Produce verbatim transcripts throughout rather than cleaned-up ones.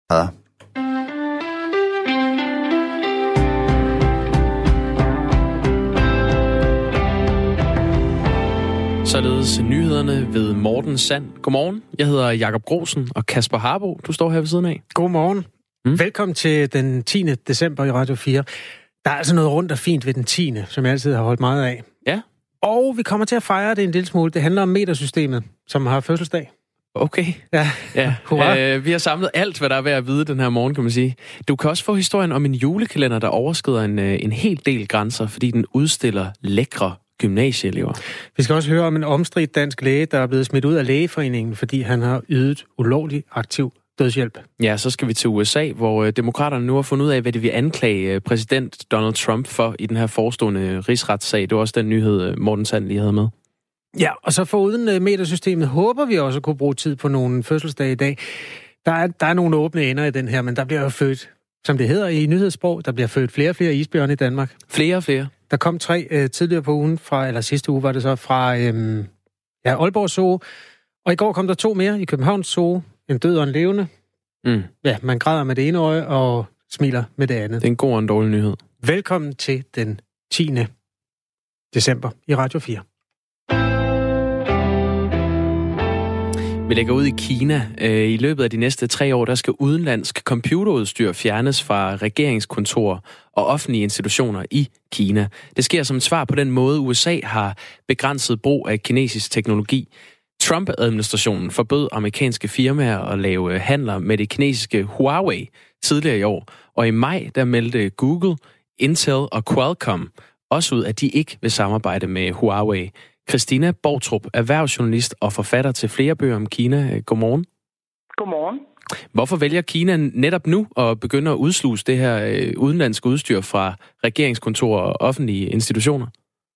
Ja. Således nyhederne ved Morten Sand. Godmorgen, jeg hedder Jakob Grosen, og Kasper Harbo, du står her ved siden af. Godmorgen. Mm. Velkommen til den tiende december i Radio fire. Der er altså noget rundt og fint ved den tiende, som jeg altid har holdt meget af. Ja. Og vi kommer til at fejre det en lille smule. Det handler om metersystemet, som har fødselsdag. Okay. Ja, ja. Hurra. Øh, vi har samlet alt, hvad der er ved at vide den her morgen, kan man sige. Du kan også få historien om en julekalender, der overskrider en, en hel del grænser, fordi den udstiller lækre gymnasieelever. Vi skal også høre om en omstridt dansk læge, der er blevet smidt ud af lægeforeningen, fordi han har ydet ulovlig aktiv dødshjælp. Ja, så skal vi til U S A, hvor demokraterne nu har fundet ud af, hvad de vil anklage præsident Donald Trump for i den her forestående rigsretssag. Det var også den nyhed, Morten Sand lige havde med. Ja, og så foruden metersystemet håber vi også at kunne bruge tid på nogle fødselsdage i dag. Der er, der er nogle åbne ender i den her, men der bliver jo født, som det hedder i nyhedssprog, der bliver født flere og flere isbjørne i Danmark. Flere og flere? Der kom tre øh, tidligere på ugen, fra, eller sidste uge var det så, fra øh, ja, Aalborg Zoo. Og i går kom der to mere i Københavns Zoo. En død og en levende. Mm. Ja, man græder med det ene øje og smiler med det andet. Det er en god og en dårlig nyhed. Velkommen til den tiende december i Radio fire. Vi lægger ud i Kina. I løbet af de næste tre år, der skal udenlandsk computerudstyr fjernes fra regeringskontorer og offentlige institutioner i Kina. Det sker som et svar på den måde, U S A har begrænset brug af kinesisk teknologi. Trump-administrationen forbød amerikanske firmaer at lave handler med det kinesiske Huawei tidligere i år. Og i maj, der meldte Google, Intel og Qualcomm også ud, at de ikke vil samarbejde med Huawei. Christina Boutrup, erhvervsjournalist og forfatter til flere bøger om Kina. Godmorgen. Godmorgen. Hvorfor vælger Kina netop nu at begynde at udsluse det her udenlandske udstyr fra regeringskontorer og offentlige institutioner?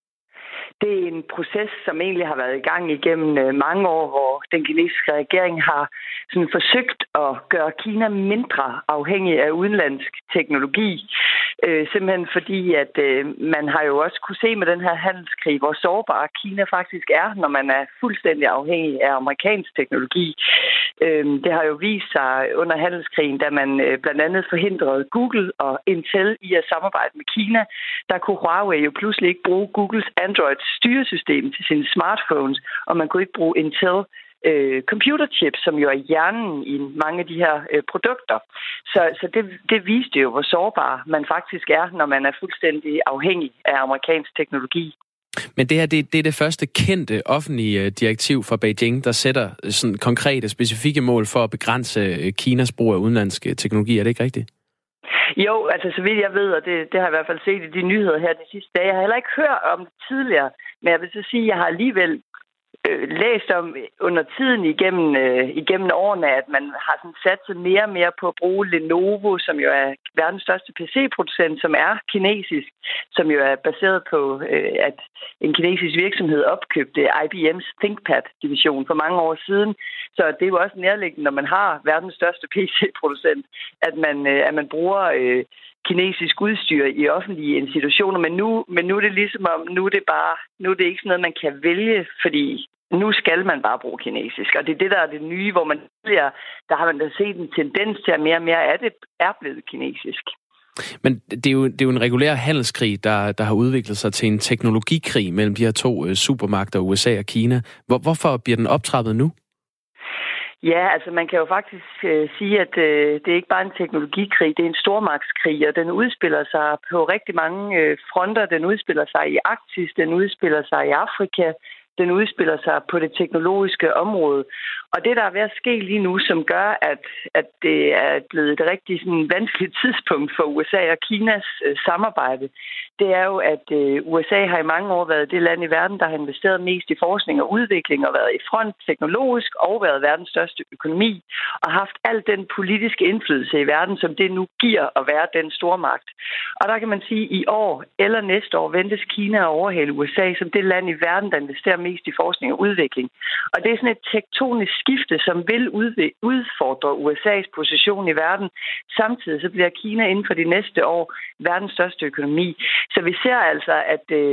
Det er en proces, som egentlig har været i gang igennem mange år, hvor den kinesiske regering har sådan forsøgt at gøre Kina mindre afhængig af udenlandsk teknologi. Øh, simpelthen fordi, at øh, man har jo også kunne se med den her handelskrig, hvor sårbar Kina faktisk er, når man er fuldstændig afhængig af amerikansk teknologi. Øh, det har jo vist sig under handelskrigen, da man øh, blandt andet forhindrede Google og Intel i at samarbejde med Kina. Der kunne Huawei jo pludselig ikke bruge Googles Android styresystem til sine smartphones, og man kunne ikke bruge Intel øh, computerchips, som jo er hjernen i mange af de her øh, produkter. Så, så det, det viste jo, hvor sårbar man faktisk er, når man er fuldstændig afhængig af amerikansk teknologi. Men det her, det, det er det første kendte offentlige direktiv fra Beijing, der sætter sådan konkrete, specifikke mål for at begrænse Kinas brug af udenlandsk teknologi. Er det ikke rigtigt? Jo, altså så vidt jeg ved, og det, det har jeg i hvert fald set i de nyheder her de sidste dage. Jeg har heller ikke hørt om det tidligere, men jeg vil så sige, at jeg har alligevel øh, læst om under tiden igennem, øh, igennem årene, at man har sådan sat sig mere og mere på at bruge Lenovo, som jo er verdens største P C-producent, som er kinesisk, som jo er baseret på, øh, at en kinesisk virksomhed opkøbte I B M's ThinkPad-division for mange år siden. Så det er jo også nærliggende, når man har verdens største P C-producent, at man, øh, at man bruger øh, kinesisk udstyr i offentlige institutioner. Men nu, men nu er det ligesom om, nu er det bare, nu er det ikke sådan noget, man kan vælge, fordi nu skal man bare bruge kinesisk. Og det er det, der er det nye, hvor man tidligere, der har man da set en tendens til, at mere og mere af det er blevet kinesisk. Men det er, jo, det er jo en regulær handelskrig, der, der har udviklet sig til en teknologikrig mellem de her to uh, supermagter, U S A og Kina. Hvor, hvorfor bliver den optrappet nu? Ja, altså man kan jo faktisk øh, sige, at øh, det er ikke bare en teknologikrig, det er en stormagtskrig, og den udspiller sig på rigtig mange øh, fronter. Den udspiller sig i Arktis, den udspiller sig i Afrika, den udspiller sig på det teknologiske område. Og det, der er ved at ske lige nu, som gør, at, at det er blevet et rigtig sådan, vanskeligt tidspunkt for U S A og Kinas øh, samarbejde, det er jo, at øh, U S A har i mange år været det land i verden, der har investeret mest i forskning og udvikling og været i front teknologisk og været verdens største økonomi og haft al den politiske indflydelse i verden, som det nu giver at være den stormagt. Og der kan man sige, at i år eller næste år ventes Kina at overhale U S A som det land i verden, der investerer mest i forskning og udvikling. Og det er sådan et tektonisk skifte, som vil udfordre U S A's position i verden. Samtidig så bliver Kina inden for de næste år verdens største økonomi. Så vi ser altså, at,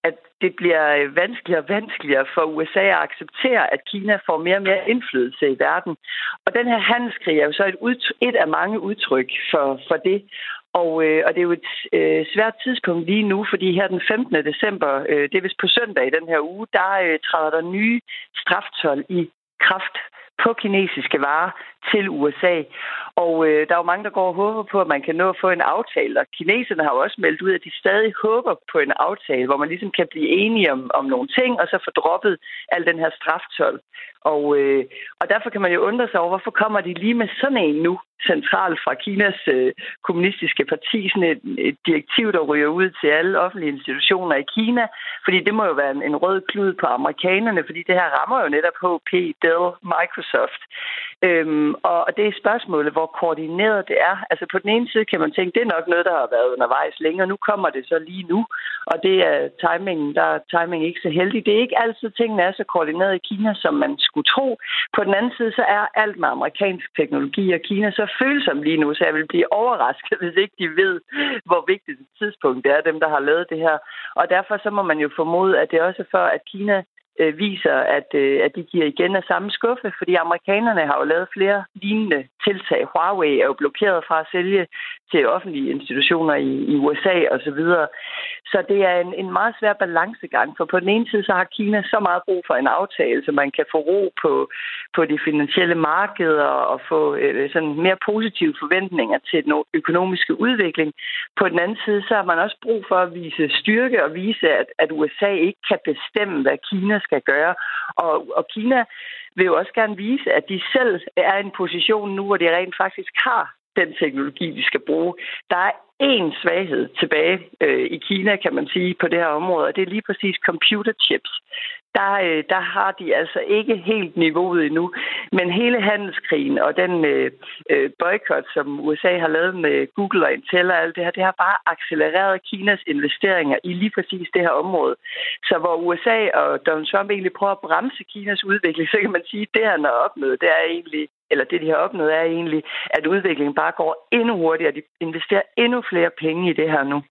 at det bliver vanskeligere og vanskeligere for U S A at acceptere, at Kina får mere og mere indflydelse i verden. Og den her handelskrig er jo så et, ud, et af mange udtryk for, for det. Og, øh, og det er jo et øh, svært tidspunkt lige nu, fordi her den femtende december, øh, det er vist på søndag i den her uge, der øh, træder der nye straftold i kraft på kinesiske varer til U S A. Og øh, der er jo mange, der går og håber på, at man kan nå at få en aftale. Og kineserne har jo også meldt ud, at de stadig håber på en aftale, hvor man ligesom kan blive enige om, om nogle ting, og så få droppet al den her straftold. Og, øh, og derfor kan man jo undre sig over, hvorfor kommer de lige med sådan en nu, centralt fra Kinas øh, kommunistiske parti, sådan et, et direktiv, der ryger ud til alle offentlige institutioner i Kina. Fordi det må jo være en, en rød klud på amerikanerne, fordi det her rammer jo netop H P, Dell, Microsoft. Øhm, og det er spørgsmålet, hvor koordineret det er. Altså på den ene side kan man tænke, det er nok noget, der har været undervejs længe, og nu kommer det så lige nu. Og det er timingen, der er timing ikke så heldig. Det er ikke altid, tingene er så koordineret i Kina, som man skulle tro. På den anden side, så er alt med amerikansk teknologi og Kina så følsomt lige nu, så jeg vil blive overrasket, hvis ikke de ved, hvor vigtigt et tidspunkt det er, dem der har lavet det her. Og derfor så må man jo formode, at det også er for, at Kina øh, viser, at, øh, at de giver igen af samme skuffe, fordi amerikanerne har jo lavet flere lignende tiltag. Huawei er jo blokeret fra at sælge til offentlige institutioner i, i U S A og så videre. Så det er en, en meget svær balancegang, for på den ene side så har Kina så meget brug for en aftale, så man kan få ro på, på de finansielle markeder og få øh, sådan mere positive forventninger til den økonomiske udvikling. På den anden side så har man også brug for at vise styrke og vise, at, at U S A ikke kan bestemme, hvad Kina skal gøre. Og, og Kina vil jo også gerne vise, at de selv er i en position nu, hvor de rent faktisk har den teknologi, de skal bruge. Der er en svaghed tilbage øh, i Kina, kan man sige, på det her område, og det er lige præcis computerchips. Der, øh, der har de altså ikke helt niveauet endnu, men hele handelskrigen og den øh, øh, boykot, som U S A har lavet med Google og Intel og alt det her, det har bare accelereret Kinas investeringer i lige præcis det her område. Så hvor U S A og Donald Trump egentlig prøver at bremse Kinas udvikling, så kan man sige, at det, han har opnået, det er egentlig eller det, de har opnået, er egentlig, at udviklingen bare går endnu hurtigere. De investerer endnu flere penge i det her nu.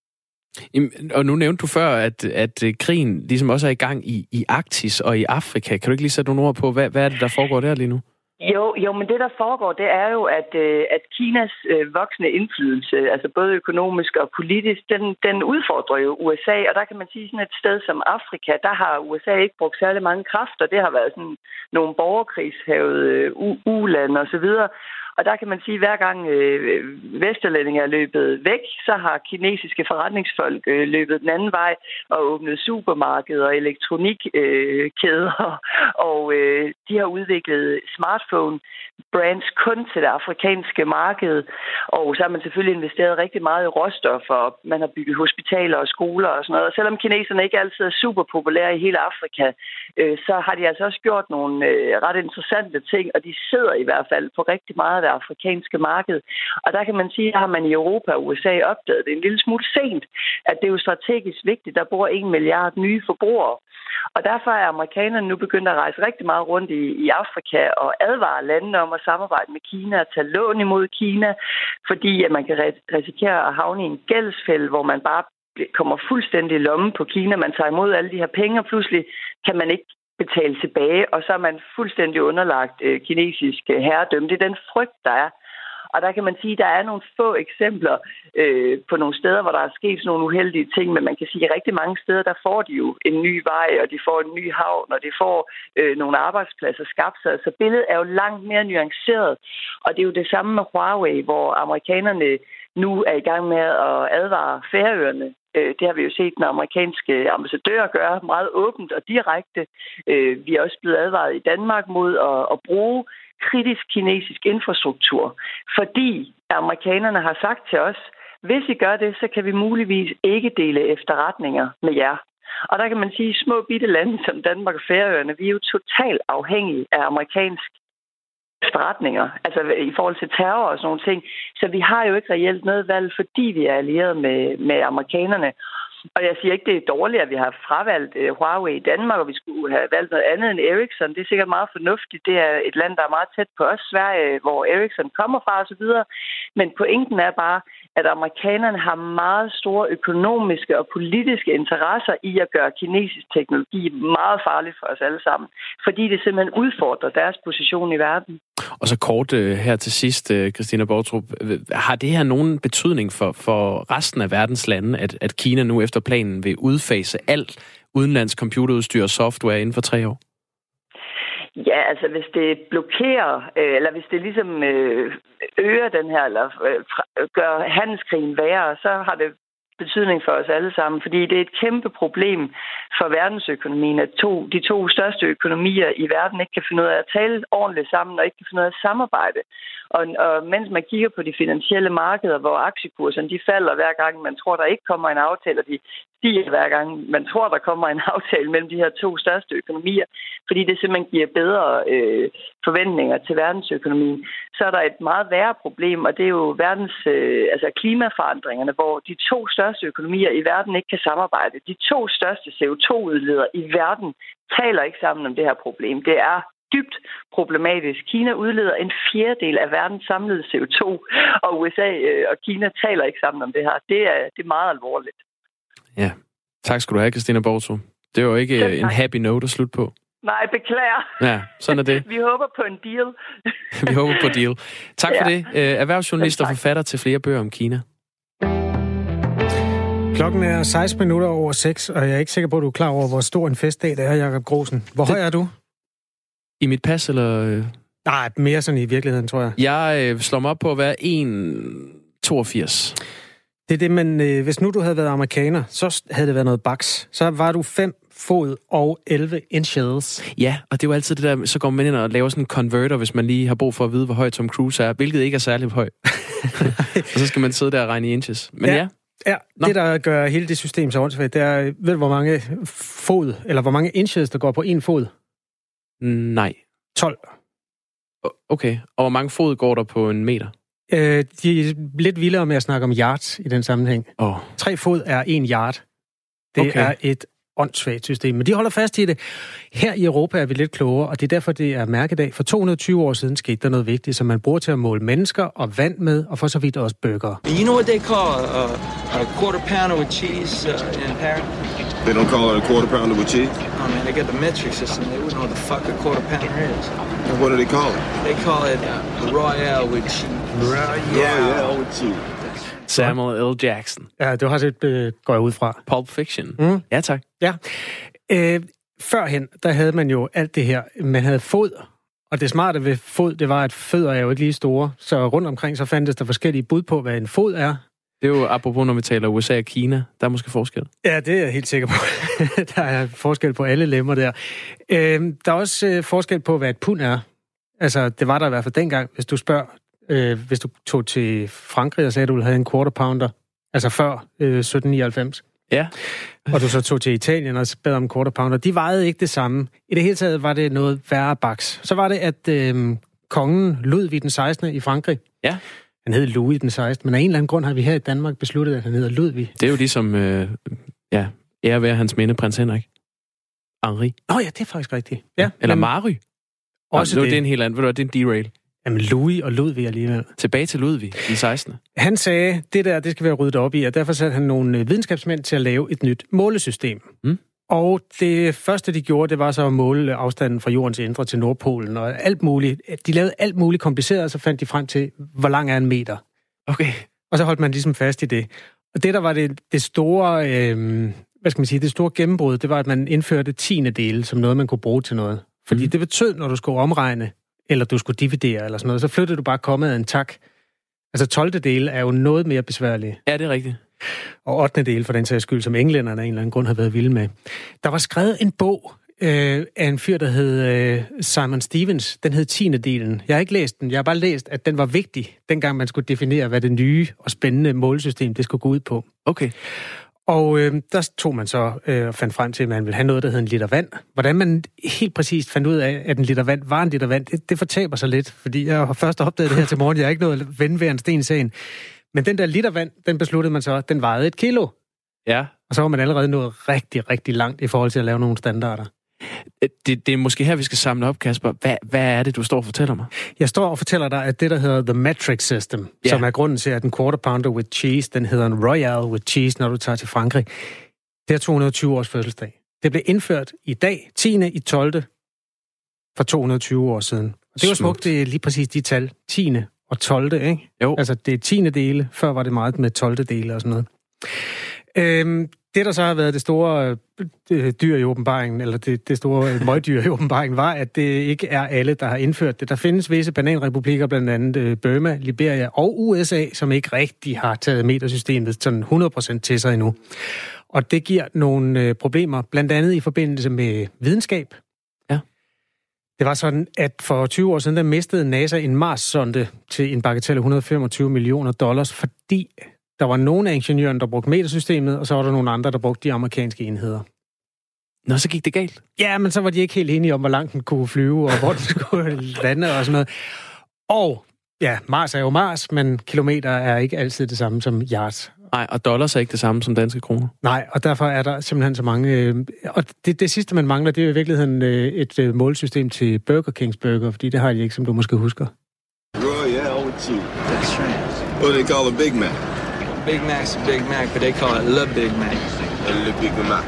Og nu nævnte du før, at, at krigen ligesom også er i gang i, i Arktis og i Afrika. Kan du ikke lige sætte nogle ord på, hvad, hvad er det, der foregår der lige nu? Jo, jo, men det, der foregår, det er jo, at, at Kinas voksende indflydelse, altså både økonomisk og politisk, den, den udfordrer jo U S A, og der kan man sige, sådan et sted som Afrika, der har U S A ikke brugt særlig mange kræfter. Det har været sådan nogle borgerkrigshavede u-lande og så videre. Og der kan man sige, at hver gang øh, vesterlændinge er løbet væk, så har kinesiske forretningsfolk øh, løbet den anden vej og åbnet supermarkeder og elektronikkæder. Øh, og øh, de har udviklet smartphone brands kun til det afrikanske marked. Og så har man selvfølgelig investeret rigtig meget i råstoffer. Man har bygget hospitaler og skoler og sådan noget. Og selvom kineserne ikke altid er super populære i hele Afrika, øh, så har de altså også gjort nogle øh, ret interessante ting. Og de sidder i hvert fald på rigtig meget det afrikanske marked. Og der kan man sige, at har man i Europa og U S A opdaget det en lille smule sent, at det er jo strategisk vigtigt. Der bor en milliard nye forbrugere. Og derfor er amerikanerne nu begyndt at rejse rigtig meget rundt i, i Afrika og advare landene om at samarbejde med Kina og tage lån imod Kina, fordi at man kan risikere at havne i en gældsfælde, hvor man bare kommer fuldstændig i lommen på Kina. Man tager imod alle de her penge, og pludselig kan man ikke betale tilbage, og så er man fuldstændig underlagt øh, kinesisk øh, herredømme. Det er den frygt, der er. Og der kan man sige, at der er nogle få eksempler øh, på nogle steder, hvor der er sket sådan nogle uheldige ting, men man kan sige, at rigtig mange steder, der får de jo en ny vej, og de får en ny havn, og de får øh, nogle arbejdspladser skabt sig. Så billedet er jo langt mere nuanceret. Og det er jo det samme med Huawei, hvor amerikanerne nu er i gang med at advare Færøerne. Det har vi jo set den amerikanske ambassadør gøre meget åbent og direkte. Vi er også blevet advaret i Danmark mod at, at bruge kritisk kinesisk infrastruktur, fordi amerikanerne har sagt til os, hvis I gør det, så kan vi muligvis ikke dele efterretninger med jer. Og der kan man sige, at små bitte lande som Danmark og Færøerne, vi er jo totalt afhængige af amerikansk efterretninger, altså i forhold til terror og sådan nogle ting. Så vi har jo ikke reelt noget valg, fordi vi er allieret med, med amerikanerne. Og jeg siger ikke, det er dårligt, at vi har fravalgt uh, Huawei i Danmark, og vi skulle have valgt noget andet end Ericsson. Det er sikkert meget fornuftigt. Det er et land, der er meget tæt på os, Sverige, hvor Ericsson kommer fra osv. Men pointen er bare, at amerikanerne har meget store økonomiske og politiske interesser i at gøre kinesisk teknologi meget farligt for os alle sammen, fordi det simpelthen udfordrer deres position i verden. Og så kort uh, her til sidst, uh, Christina Boutrup, har det her nogen betydning for, for resten af verdens lande, at, at Kina nu efter planen vil udfase alt udenlandsk computerudstyr og software inden for tre år? Ja, altså hvis det blokerer, øh, eller hvis det ligesom øh, øger den her, eller øh, gør handelskrigen værre, så har det betydning for os alle sammen, fordi det er et kæmpe problem for verdensøkonomien, at to, de to største økonomier i verden ikke kan finde ud af at tale ordentligt sammen, og ikke kan finde ud af at samarbejde. Og, og mens man kigger på de finansielle markeder, hvor aktiekurserne de falder hver gang, man tror, der ikke kommer en aftale, og de stiger hver gang, man tror, der kommer en aftale mellem de her to største økonomier, fordi det simpelthen giver bedre øh, forventninger til verdensøkonomien, så er der et meget værre problem, og det er jo verdens, øh, altså klimaforandringerne, hvor de to største økonomier i verden ikke kan samarbejde. De to største C O to udledere i verden taler ikke sammen om det her problem. Det er dybt problematisk. Kina udleder en fjerdedel af verdens samlede C O to, og U S A og Kina taler ikke sammen om det her. Det er, det er meget alvorligt. Ja. Tak skal du have, Christina Boutrup. Det var ikke en happy note at slutte på. Nej, beklager. Ja, sådan er det. Vi håber på en deal. Vi håber på deal. Tak for ja. det. Erhvervsjournalist og forfatter til flere bøger om Kina. Klokken er seksten minutter over seks, og jeg er ikke sikker på, at du er klar over, hvor stor en festdag det er, Jakob Grosen. Hvor det... høj er du? I mit pas, eller? Nej, mere sådan i virkeligheden, tror jeg. Jeg øh, slår mig op på at være en komma toogfirs. Det er det, men øh, hvis nu du havde været amerikaner, så havde det været noget baks. Så var du fem fod og elleve inches. Ja, og det er jo altid det der, så går man ind og laver sådan en converter, hvis man lige har brug for at vide, hvor høj Tom Cruise er, hvilket ikke er særlig høj. Og så skal man sidde der og regne i inches. Men ja. ja. Ja, Nå. Det der gør hele det system så åndssvagt, det er, ved du, hvor mange fod, eller hvor mange inches, der går på en fod? Nej. tolv. Okay, og hvor mange fod går der på en meter? Øh, de er lidt vildere med at snakke om yards i den sammenhæng. Oh. Tre fod er en yard. Det okay. er et åndssvagt system, men de holder fast i det. Her i Europa er vi lidt klogere, og det er derfor, det er mærkedag. For to hundrede og tyve år siden skete der noget vigtigt, som man bruger til at måle mennesker og vand med, og for så vidt også burger. You know what they call a, a quarter pounder with cheese uh, in Paris? They don't call it a quarter pounder with cheese? Oh man, they got the metric system. They wouldn't know what the fuck a quarter pounder is. And what do they call it? They call it uh, Royale with cheese. Royale, Royale with cheese. Samuel L. Jackson. Ja, du har set, øh, går jeg ud fra. Pulp Fiction. Mm. Ja, tak. Ja. Øh, førhen, der havde man jo alt det her. Man havde fod, og det smarte ved fod, det var, at fødder er jo ikke lige store. Så rundt omkring, så fandtes der forskellige bud på, hvad en fod er. Det er jo apropos, når vi taler U S A og Kina. Der er måske forskel. Ja, det er jeg helt sikker på. Der er forskel på alle lemmer der. Øh, der er også øh, forskel på, hvad et pund er. Altså, det var der i hvert fald dengang, hvis du spørger, øh, hvis du tog til Frankrig og sagde, at du ville have en quarter pounder, altså før øh, sytten nioghalvfems. Ja. Og du så tog til Italien og bad om en quarter pounder. De vejede ikke det samme. I det hele taget var det noget værre baks. Så var det, at øh, kongen Ludvig den sekstende i Frankrig, ja. Han hed Louis den sekstende, men af en eller anden grund har vi her i Danmark besluttet, at han hedder Ludvig. Det er jo ligesom, øh, ja, ære være hans minde, prins Henrik. Henri. Nå ja, det er faktisk rigtigt. Ja, eller men... Mary. Også Nå, det. Det er en helt anden, ved du, det er en derail. Jamen Louis og Ludvig alligevel. Tilbage til Ludvig, den sekstende. Han sagde, det der, det skal være ryddet op i, og derfor satte han nogle videnskabsmænd til at lave et nyt målesystem. Mm. Og det første, de gjorde, det var så at måle afstanden fra jordens indre til Nordpolen, og alt muligt. De lavede alt muligt kompliceret, og så fandt de frem til, hvor lang er en meter. Okay. Og så holdt man ligesom fast i det. Og det, der var det, det store, øh, hvad skal man sige, det store gennembrud, det var, at man indførte tiende dele som noget, man kunne bruge til noget. Fordi mm. det betød, når du skulle omregne, eller du skulle dividere eller sådan noget, så flyttede du bare kommet af en tak. Altså tolvte del er jo noget mere besværligt. Ja, det er rigtigt. Og ottende del for den sags skyld, som englænderne af en eller anden grund har været vilde med. Der var skrevet en bog øh, af en fyr, der hed øh, Simon Stevens. Den hed tiende delen. Jeg har ikke læst den. Jeg har bare læst, at den var vigtig, dengang man skulle definere, hvad det nye og spændende målesystem, det skulle gå ud på. Okay. Og øh, der tog man så øh, og fandt frem til, at man ville have noget, der hed en liter vand. Hvordan man helt præcist fandt ud af, at en liter vand var en liter vand, det, det fortaber sig lidt. Fordi jeg har først opdaget det her til morgen. Jeg har ikke noget at vende ved en sten i sagen. Men den der liter vand, den besluttede man så, den vejede et kilo. Ja. Og så var man allerede nået rigtig, rigtig langt i forhold til at lave nogle standarder. Det, det er måske her, vi skal samle op, Kasper. Hvad, hvad er det, du står og fortæller mig? Jeg står og fortæller dig, at det, der hedder The Metric System, ja. som er grunden til, at en quarter pounder with cheese, den hedder en Royale with cheese, når du tager til Frankrig, det er to hundrede og tyve års fødselsdag. Det blev indført i dag, tiende i tolvte for to hundrede og tyve år siden. Og det var smukt, det er lige præcis de tal. tiende og tolvte, ikke? Jo. Altså, det er tiende dele. Før var det meget med tolvte dele og sådan noget. Øhm, det, der så har været det store øh, dyr i åbenbaringen, eller det, det store øh, møgdyr i åbenbaringen, var, at det ikke er alle, der har indført det. Der findes visse bananrepublikker, blandt andet øh, Burma, Liberia og U S A, som ikke rigtig har taget metersystemet sådan hundrede procent til sig endnu. Og det giver nogle øh, problemer, blandt andet i forbindelse med videnskab. Ja. Det var sådan, at for tyve år siden, der mistede NASA en Mars-sonde til en bagatel af et hundrede og femogtyve millioner dollars, fordi der var nogle af ingeniørerne, der brugte metersystemet, og så var der nogle andre, der brugte de amerikanske enheder. Nå, så gik det galt. Ja, men så var de ikke helt enige om, hvor langt den kunne flyve, og hvor den skulle lande og sådan noget. Og ja, Mars er jo Mars, men kilometer er ikke altid det samme som yards. Nej, og dollars er ikke det samme som danske kroner. Nej, og derfor er der simpelthen så mange... Øh, og det, det sidste, man mangler, det er i virkeligheden øh, et øh, målsystem til Burger Kings burger, fordi det har de ikke, som du måske husker. Royale with cheese. That's right. What do they call a Big Mac? Big Mac's a Big Mac, but they call it Le Big Mac. A Le Big Mac.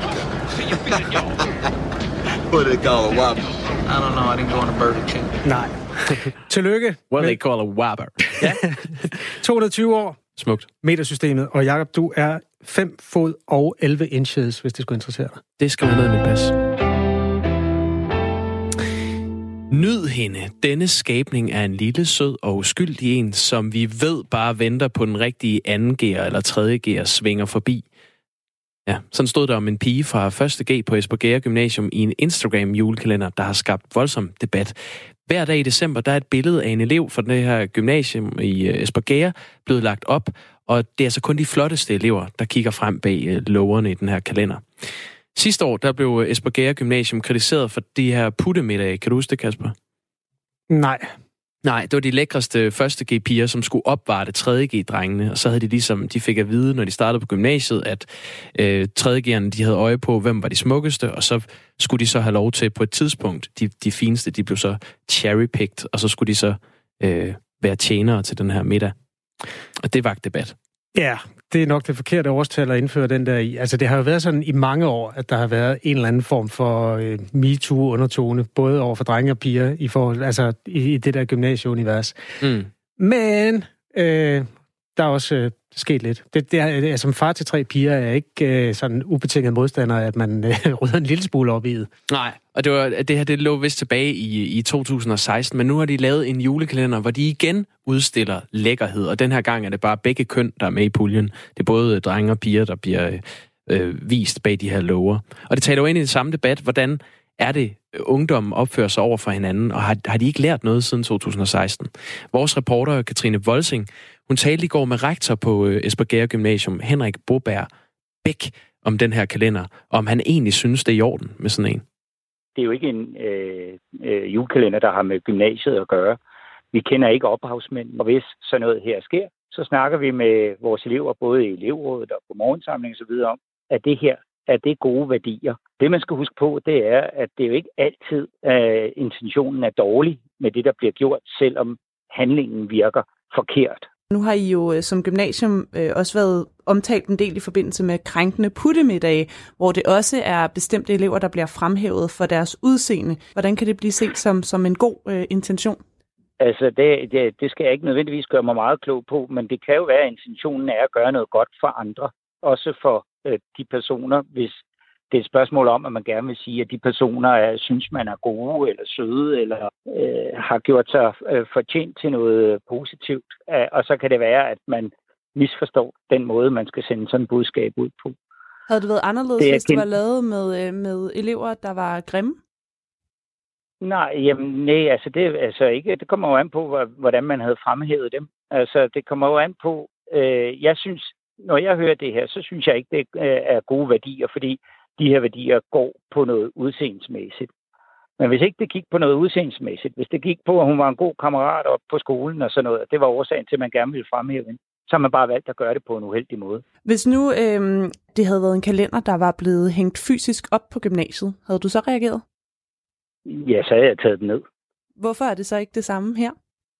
What do they call a Whopper? I don't know. I didn't go on a Burger King. Nej. Tillykke. What they call a Whopper. Ja. to hundrede og tyve år. Smukt. Metersystemet. Og Jakob, du er fem fod og elleve inches, hvis det skulle interessere dig. Det skal man ned i mit pas. Nyd hende. Denne skabning er en lille, sød og uskyldig en, som vi ved bare venter på den rigtige anden gear eller tredje gear svinger forbi. Ja, sådan stod der om en pige fra første G på Espergærde Gymnasium i en Instagram-julekalender, der har skabt voldsom debat. Hver dag i december, der er et billede af en elev fra det her gymnasium i Espergærde blevet lagt op, og det er altså kun de flotteste elever, der kigger frem bag lågerne i den her kalender. Sidste år, der blev Espergærde Gymnasium kritiseret for de her puttemiddag. Kan du huske det, Kasper? Nej. Nej, det var de lækreste første G-piger, som skulle opvarte tredje G-drengene, og så havde de ligesom, de fik at vide, når de startede på gymnasiet, at øh, tredje G'erne, de havde øje på, hvem var de smukkeste, og så skulle de så have lov til på et tidspunkt, de, de fineste, de blev så cherry-picked, og så skulle de så øh, være tjenere til den her middag. Og det vagt debat. Ja, det er nok det forkerte årstal at indføre den der i. Altså, det har jo været sådan i mange år, at der har været en eller anden form for øh, MeToo-undertone, både over for drenge og piger, i, forhold, altså, i, i det der gymnasieunivers. Mm. Men øh, der er også øh, sket lidt. Det, det er, som far til tre piger er ikke øh, sådan ubetinget modstander, at man øh, rydder en lille smule op i det. Nej, og det, var, det her det lå vist tilbage i, i to tusind og seksten, men nu har de lavet en julekalender, hvor de igen udstiller lækkerhed, og den her gang er det bare begge køn, der er med i puljen. Det er både drenge og piger, der bliver øh, vist bag de her låger. Og det taler jo ind i den samme debat, hvordan er det, ungdommen opfører sig over for hinanden, og har, har de ikke lært noget siden to tusind og seksten? Vores reporter, Katrine Volsing, hun talte i går med rektor på øh, Espergærde Gymnasium, Henrik Boberg Bæk, om den her kalender, og om han egentlig synes, det er i orden med sådan en. Det er jo ikke en øh, øh, julekalender, der har med gymnasiet at gøre. Vi kender ikke ophavsmænd, og hvis sådan noget her sker, så snakker vi med vores elever, både i elevrådet og på morgensamling og så videre om, at det her er det gode værdier. Det, man skal huske på, det er, at det jo ikke altid, at intentionen er dårlig med det, der bliver gjort, selvom handlingen virker forkert. Nu har I jo som gymnasium også været omtalt en del i forbindelse med krænkende puttemiddage, hvor det også er bestemte elever, der bliver fremhævet for deres udseende. Hvordan kan det blive set som, som en god øh, intention? Altså, det, det, det skal jeg ikke nødvendigvis gøre mig meget klog på, men det kan jo være, at intentionen er at gøre noget godt for andre. Også for øh, de personer, hvis det er et spørgsmål om, at man gerne vil sige, at de personer er, synes, man er gode eller søde, eller øh, har gjort sig øh, fortjent til noget positivt. Og så kan det være, at man misforstår den måde, man skal sende sådan et budskab ud på. Havde det været anderledes, det hvis det var lavet med, med elever, der var grimme? Nej, jamen, nej, altså det, altså ikke, det kommer jo an på, hvordan man havde fremhævet dem. Altså, det kommer jo an på, øh, jeg synes, når jeg hører det her, så synes jeg ikke, det er gode værdier, fordi de her værdier går på noget udseendsmæssigt. Men hvis ikke det gik på noget udseendsmæssigt, hvis det gik på, at hun var en god kammerat op på skolen og sådan noget, det var årsagen til, at man gerne ville fremhæve hende, så har man bare valgt at gøre det på en uheldig måde. Hvis nu øh, det havde været en kalender, der var blevet hængt fysisk op på gymnasiet, havde du så reageret? ja, så havde jeg taget den ned. Hvorfor er det så ikke det samme her?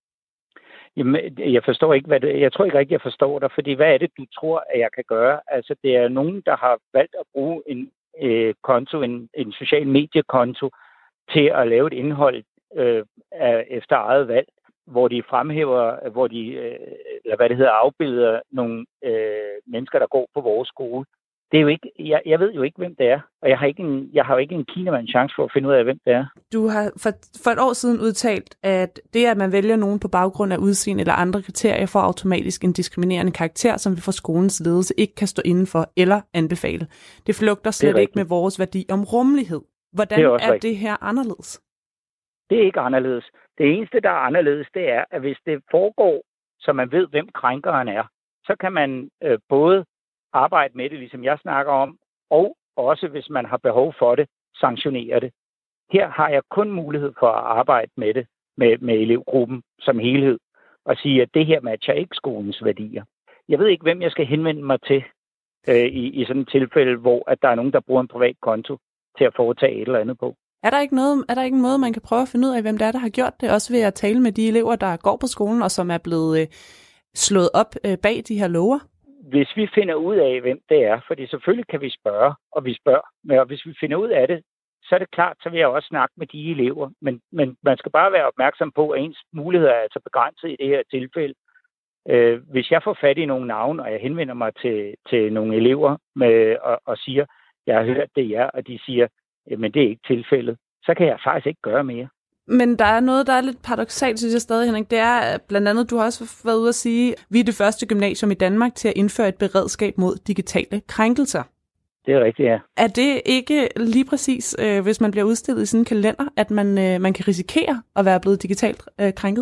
Jamen, jeg forstår ikke, hvad det, jeg tror ikke rigtig, jeg forstår dig, fordi hvad er det, du tror, at jeg kan gøre? Altså, det er nogen, der har valgt at bruge en øh, konto, en, en social mediekonto, til at lave et indhold øh, efter eget valg, hvor de fremhæver, hvor de, øh, eller hvad det hedder, afbilder nogle øh, mennesker, der går på vores skole. Det er jo ikke, jeg, jeg ved jo ikke, hvem det er, og jeg har ikke en, jeg har jo ikke en kinamand chance for at finde ud af, hvem det er. Du har for, for et år siden udtalt, at det, at man vælger nogen på baggrund af udseende eller andre kriterier, får automatisk en diskriminerende karakter, som vi fra skolens ledelse ikke kan stå inden for eller anbefale. Det flugter slet det ikke med vores værdi om rummelighed. Hvordan det er, er det her anderledes? Det er ikke anderledes. Det eneste, der er anderledes, det er, at hvis det foregår, så man ved, hvem krænkeren er, så kan man øh, både arbejde med det, ligesom jeg snakker om, og også, hvis man har behov for det, sanktionere det. Her har jeg kun mulighed for at arbejde med det, med, med elevgruppen som helhed, og sige, at det her matcher ikke skolens værdier. Jeg ved ikke, hvem jeg skal henvende mig til øh, i, i sådan et tilfælde, hvor at der er nogen, der bruger en privat konto til at foretage et eller andet på. Er der ikke noget, er der ikke en måde, man kan prøve at finde ud af, hvem det er, der har gjort det? Også ved at tale med de elever, der går på skolen, og som er blevet øh, slået op øh, bag de her lover? Hvis vi finder ud af, hvem det er, fordi selvfølgelig kan vi spørge, og vi spørger, men hvis vi finder ud af det, så er det klart, så vil jeg også snakke med de elever. Men, men man skal bare være opmærksom på, at ens muligheder er altså begrænset i det her tilfælde. Øh, hvis jeg får fat i nogle navne, og jeg henvender mig til, til nogle elever med, og, og siger, jeg har hørt det er, og de siger, men det er ikke tilfældet, så kan jeg faktisk ikke gøre mere. Men der er noget, der er lidt paradoksalt, synes jeg stadig, Henrik. Det er blandt andet, du har også været ude at sige, at vi er det første gymnasium i Danmark til at indføre et beredskab mod digitale krænkelser. Det er rigtigt, ja. Er det ikke lige præcis, øh, hvis man bliver udstillet i sådan en kalender, at man, øh, man kan risikere at være blevet digitalt øh, krænket?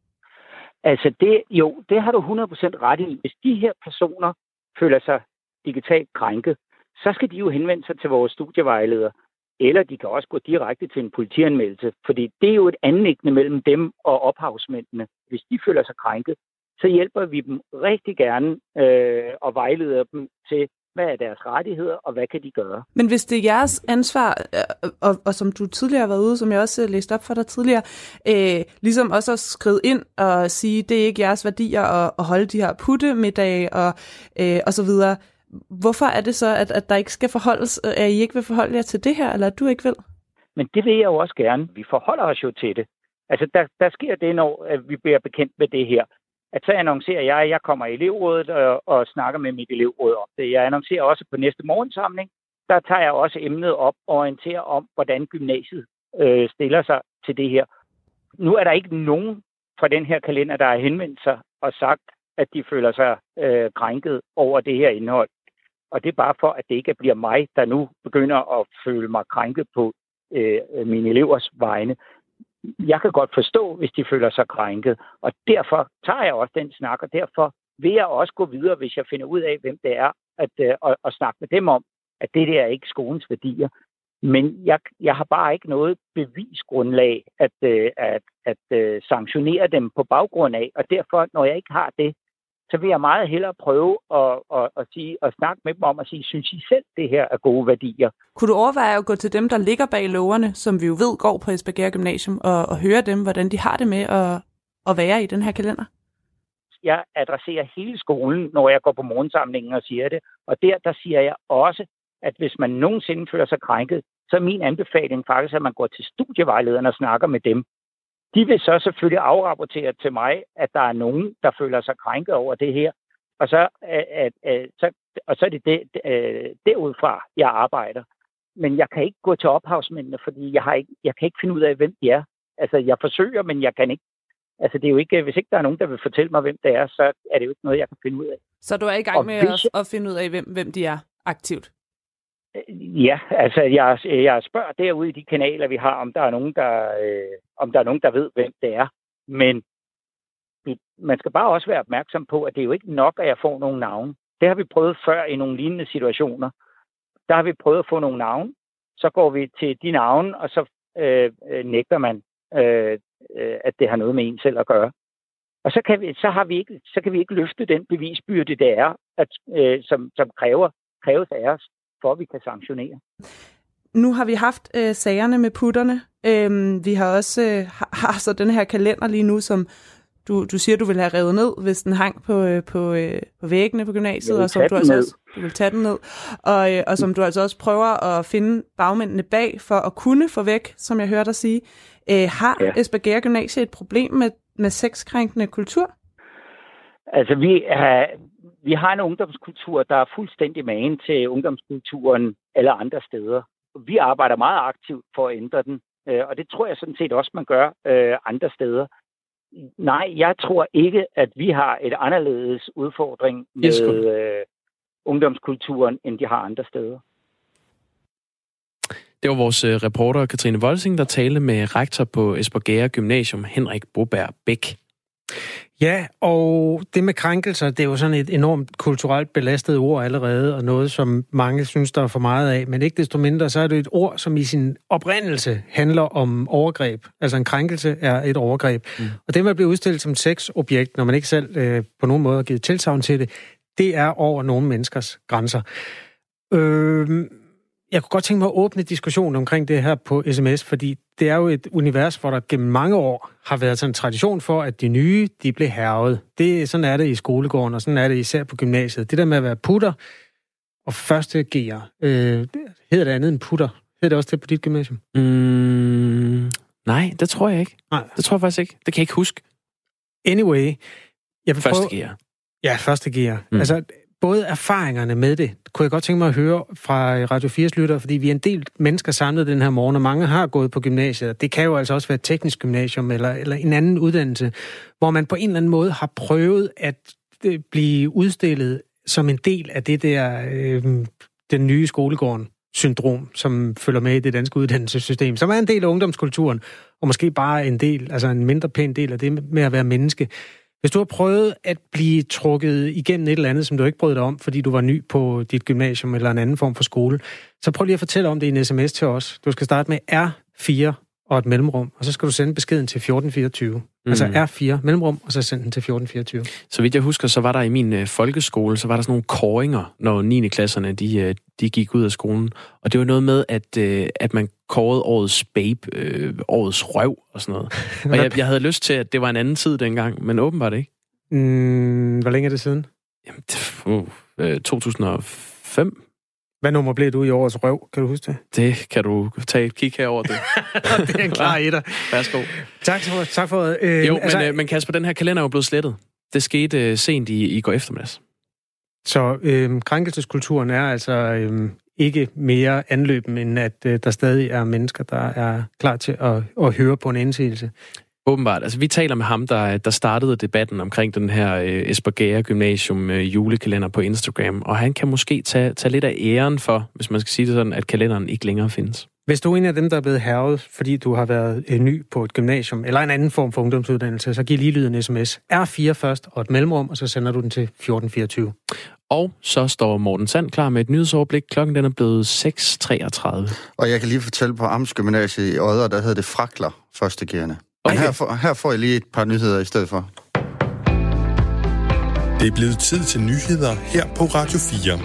Altså, det, jo, det har du hundrede procent ret i. Hvis de her personer føler sig digitalt krænket, så skal de jo henvende sig til vores studievejledere. Eller de kan også gå direkte til en politianmeldelse, fordi det er jo et anliggende mellem dem og ophavsmændene. Hvis de føler sig krænket, så hjælper vi dem rigtig gerne øh, og vejleder dem til, hvad er deres rettigheder, og hvad kan de gøre. Men hvis det er jeres ansvar, øh, og, og som du tidligere har været ude, som jeg også læste op for dig tidligere, øh, ligesom også at skrive ind og sige, det er ikke jeres værdier at, at holde de her puttemiddage og, øh, og så videre. Hvorfor er det så, at, at der ikke skal forholdes, at I ikke vil forholde jer til det her, eller at du ikke vil? Men det vil jeg jo også gerne. Vi forholder os jo til det. Altså, der, der sker det, når at vi bliver bekendt med det her. At så annoncerer jeg, at jeg kommer i elevrådet og, og snakker med mit elevråd om det. Jeg annoncerer også på næste morgensamling. Der tager jeg også emnet op og orienterer om, hvordan gymnasiet øh, stiller sig til det her. Nu er der ikke nogen fra den her kalender, der har henvendt sig og sagt, at de føler sig øh, krænket over det her indhold. Og det er bare for, at det ikke bliver mig, der nu begynder at føle mig krænket på øh, mine elevers vegne. Jeg kan godt forstå, hvis de føler sig krænket. Og derfor tager jeg også den snak, og derfor vil jeg også gå videre, hvis jeg finder ud af, hvem det er, at, øh, og, og snakke med dem om, at det der er ikke skolens værdier. Men jeg, jeg har bare ikke noget bevisgrundlag at, øh, at, at øh, sanktionere dem på baggrund af. Og derfor, når jeg ikke har det, så vil jeg meget hellere prøve at, at, at, sige, at snakke med dem om at sige, synes I selv, det her er gode værdier? Kunne du overveje at gå til dem, der ligger bag loverne, som vi jo ved går på Espergærde Gymnasium, og, og høre dem, hvordan de har det med at, at være i den her kalender? Jeg adresserer hele skolen, når jeg går på morgensamlingen og siger det. Og der, der siger jeg også, at hvis man nogensinde føler sig krænket, så er min anbefaling faktisk, at man går til studievejlederne og snakker med dem. De vil så selvfølgelig afrapportere til mig, at der er nogen, der føler sig krænket over det her. Og så, at, at, at, så, og så er det, det derudfra, jeg arbejder. Men jeg kan ikke gå til ophavsmændene, fordi jeg, har ikke, jeg kan ikke finde ud af, hvem de er. Altså, jeg forsøger, men jeg kan ikke. Altså, det er jo ikke, hvis ikke der er nogen, der vil fortælle mig, hvem det er, så er det jo ikke noget, jeg kan finde ud af. Så du er i gang og med at, jeg... at finde ud af, hvem, hvem de er aktivt? Ja, altså jeg, jeg spørger derude i de kanaler, vi har, om der er nogen, der, øh, om der er nogen, der ved, hvem det er. Men man skal bare også være opmærksom på, at det er jo ikke nok, at jeg får nogle navne. Det har vi prøvet før i nogle lignende situationer. Der har vi prøvet at få nogle navne. Så går vi til de navne, og så øh, nægter man, øh, at det har noget med en selv at gøre. Og så kan vi, så har vi ikke, så kan vi ikke løfte den bevisbyrde, det er, at, øh, som, som kræver, kræves af os, for at vi kan sanktionere. nu har vi haft øh, sagerne med putterne. Øhm, vi har også øh, har, har så den her kalender lige nu, som du, du siger, du vil have revet ned, hvis den hang på, øh, på, øh, på væggene på gymnasiet, og som du altså også du vil tage den ned, og, øh, og som du altså også prøver at finde bagmændene bag for at kunne få væk, som jeg hørte dig sige. Øh, har ja. Espergærde Gymnasie et problem med, med sexkrænkende kultur? Altså, vi, er, vi har en ungdomskultur, der er fuldstændig magen til ungdomskulturen alle andre steder. Vi arbejder meget aktivt for at ændre den, øh, og det tror jeg sådan set også, man gør øh, andre steder. Nej, jeg tror ikke, at vi har et anderledes udfordring med øh, ungdomskulturen, end de har andre steder. Det var vores reporter Katrine Volsing, der talte med rektor på Espergærde Gymnasium, Henrik Broberg Bæk. Ja, og det med krænkelser, det er jo sådan et enormt kulturelt belastet ord allerede, og noget, som mange synes, der er for meget af. Men ikke desto mindre, så er det et ord, som i sin oprindelse handler om overgreb. Altså en krænkelse er et overgreb. Mm. Og det med at blive udstillet som sexobjekt, når man ikke selv øh, på nogen måde har givet tilsagn til det, det er over nogle menneskers grænser. Øh... Jeg kunne godt tænke mig at åbne diskussionen omkring det her på sms, fordi det er jo et univers, hvor der gennem mange år har været sådan en tradition for, at de nye, de blev hærget. Det, sådan er det i skolegården, og sådan er det især på gymnasiet. Det der med at være putter og første gear, øh, hedder det andet end putter? Hedder det også det på dit gymnasium? Mm, nej, det tror jeg ikke. Nej. Det tror jeg faktisk ikke. Det kan jeg ikke huske. Anyway. Jeg vil første prøve... gear. Ja, første gear. Mm. Altså... Både erfaringerne med det, kunne jeg godt tænke mig at høre fra Radio fires lytter, fordi vi er en del mennesker samlet den her morgen, og mange har gået på gymnasiet. Det kan jo altså også være et teknisk gymnasium eller, eller en anden uddannelse, hvor man på en eller anden måde har prøvet at blive udstillet som en del af det der, øh, den nye skolegården-syndrom, som følger med i det danske uddannelsessystem, som er en del af ungdomskulturen, og måske bare en del, altså en mindre pæn del af det med at være menneske. Hvis du har prøvet at blive trukket igennem et eller andet, som du ikke brød dig om, fordi du var ny på dit gymnasium eller en anden form for skole, så prøv lige at fortælle om det i en sms til os. Du skal starte med R fire og et mellemrum, og så skal du sende beskeden til fjorten fireogtyve. Mm. Altså R fire mellemrum, og så send den til fjorten fireogtyve. Så vidt jeg husker, så var der i min øh, folkeskole, så var der sådan nogle kåringer, når niende klasserne, de, øh, de gik ud af skolen. Og det var noget med, at, øh, at man kårede årets babe, øh, årets røv og sådan noget. Og jeg, jeg havde lyst til, at det var en anden tid dengang, men åbenbart ikke. Mm, hvor længe er det siden? Jamen, det, uh, øh, to tusind og fem. Hvad nummer blev du i årets røv? Kan du huske det? Det kan du tage et kig herover. Det, det er en klar etter. Værsgo. Tak for, tak for øh, Jo, altså, men, øh, men Kasper, den her kalender er jo blevet slettet. Det skete øh, sent i, i går eftermiddags. Så øh, krænkelseskulturen er altså øh, ikke mere anløben, end at øh, der stadig er mennesker, der er klar til at, at høre på en indsigelse. Åbenbart. Altså, vi taler med ham, der, der startede debatten omkring den her øh, Espergærde Gymnasium øh, julekalender på Instagram, og han kan måske tage, tage lidt af æren for, hvis man skal sige det sådan, at kalenderen ikke længere findes. Hvis du er en af dem, der er blevet hærget, fordi du har været øh, ny på et gymnasium, eller en anden form for ungdomsuddannelse, så giv lige lyden sms. R fire først, og et mellemrum, og så sender du den til fjorten fireogtyve. Og så står Morten Sand klar med et nyhedsoverblik. Klokken den er blevet seks treogtredive. Og jeg kan lige fortælle på Amtsgymnasiet i Odder, der hedder det Frakler førstegærende. Okay. Men her, får, her får jeg lige et par nyheder i stedet for. Det er blevet tid til nyheder her på Radio fire.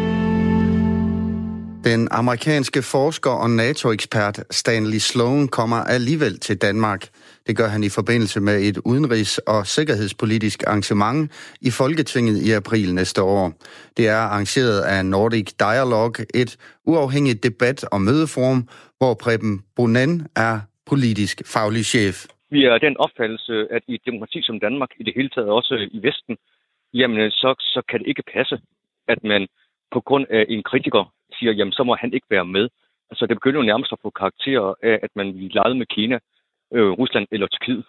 Den amerikanske forsker og NATO-ekspert Stanley Sloan kommer alligevel til Danmark. Det gør han i forbindelse med et udenrigs- og sikkerhedspolitisk arrangement i Folketinget i april næste år. Det er arrangeret af Nordic Dialogue, et uafhængigt debat- og mødeforum, hvor Preben Bonen er politisk faglig chef. Vi er den opfattelse, at i et demokrati som Danmark, i det hele taget også i Vesten, jamen så, så kan det ikke passe, at man på grund af en kritiker siger, jamen så må han ikke være med. Altså det begynder jo nærmest at få karakterer af, at man vil lege med Kina, øh, Rusland eller Tyrkiet.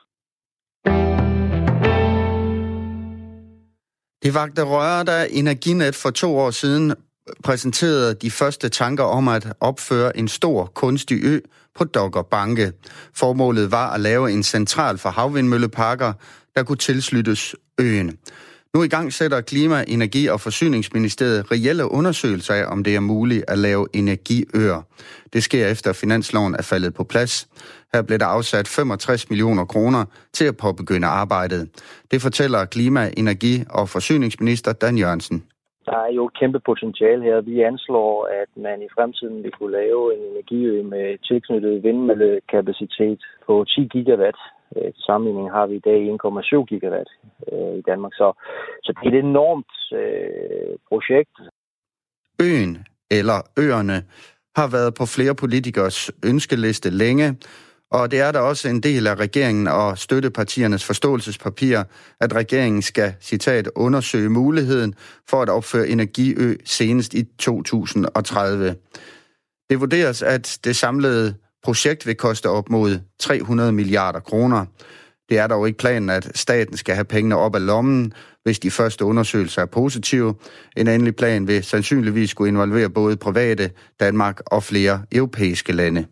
Det vagte røre, da Energinet for to år siden præsenterede de første tanker om at opføre en stor kunstig ø på Dogger Banke. Formålet var at lave en central for havvindmølleparker, der kunne tilsluttes øen. Nu i gang sætter Klima-, Energi- og Forsyningsministeriet reelle undersøgelser af, om det er muligt at lave energiøer. Det sker efter finansloven er faldet på plads. Her blev der afsat femogtres millioner kroner til at påbegynde arbejdet. Det fortæller Klima-, Energi- og Forsyningsminister Dan Jørgensen. Der er jo et kæmpe potentiale her. Vi anslår, at man i fremtiden vil kunne lave en energiø med tilknyttet vindmøllekapacitet på ti gigawatt. Til sammenligning har vi i dag en komma syv gigawatt i Danmark. Så, så det er et enormt øh, projekt. Øen, eller øerne, har været på flere politikers ønskeliste længe, og det er der også en del af regeringen og støttepartiernes forståelsespapir, at regeringen skal, citat, undersøge muligheden for at opføre energiø senest i to tusind og tredive. Det vurderes, at det samlede projekt vil koste op mod tre hundrede milliarder kroner. Det er dog ikke planen, at staten skal have pengene op af lommen, hvis de første undersøgelser er positive. En endelig plan vil sandsynligvis skulle involvere både private, Danmark og flere europæiske lande.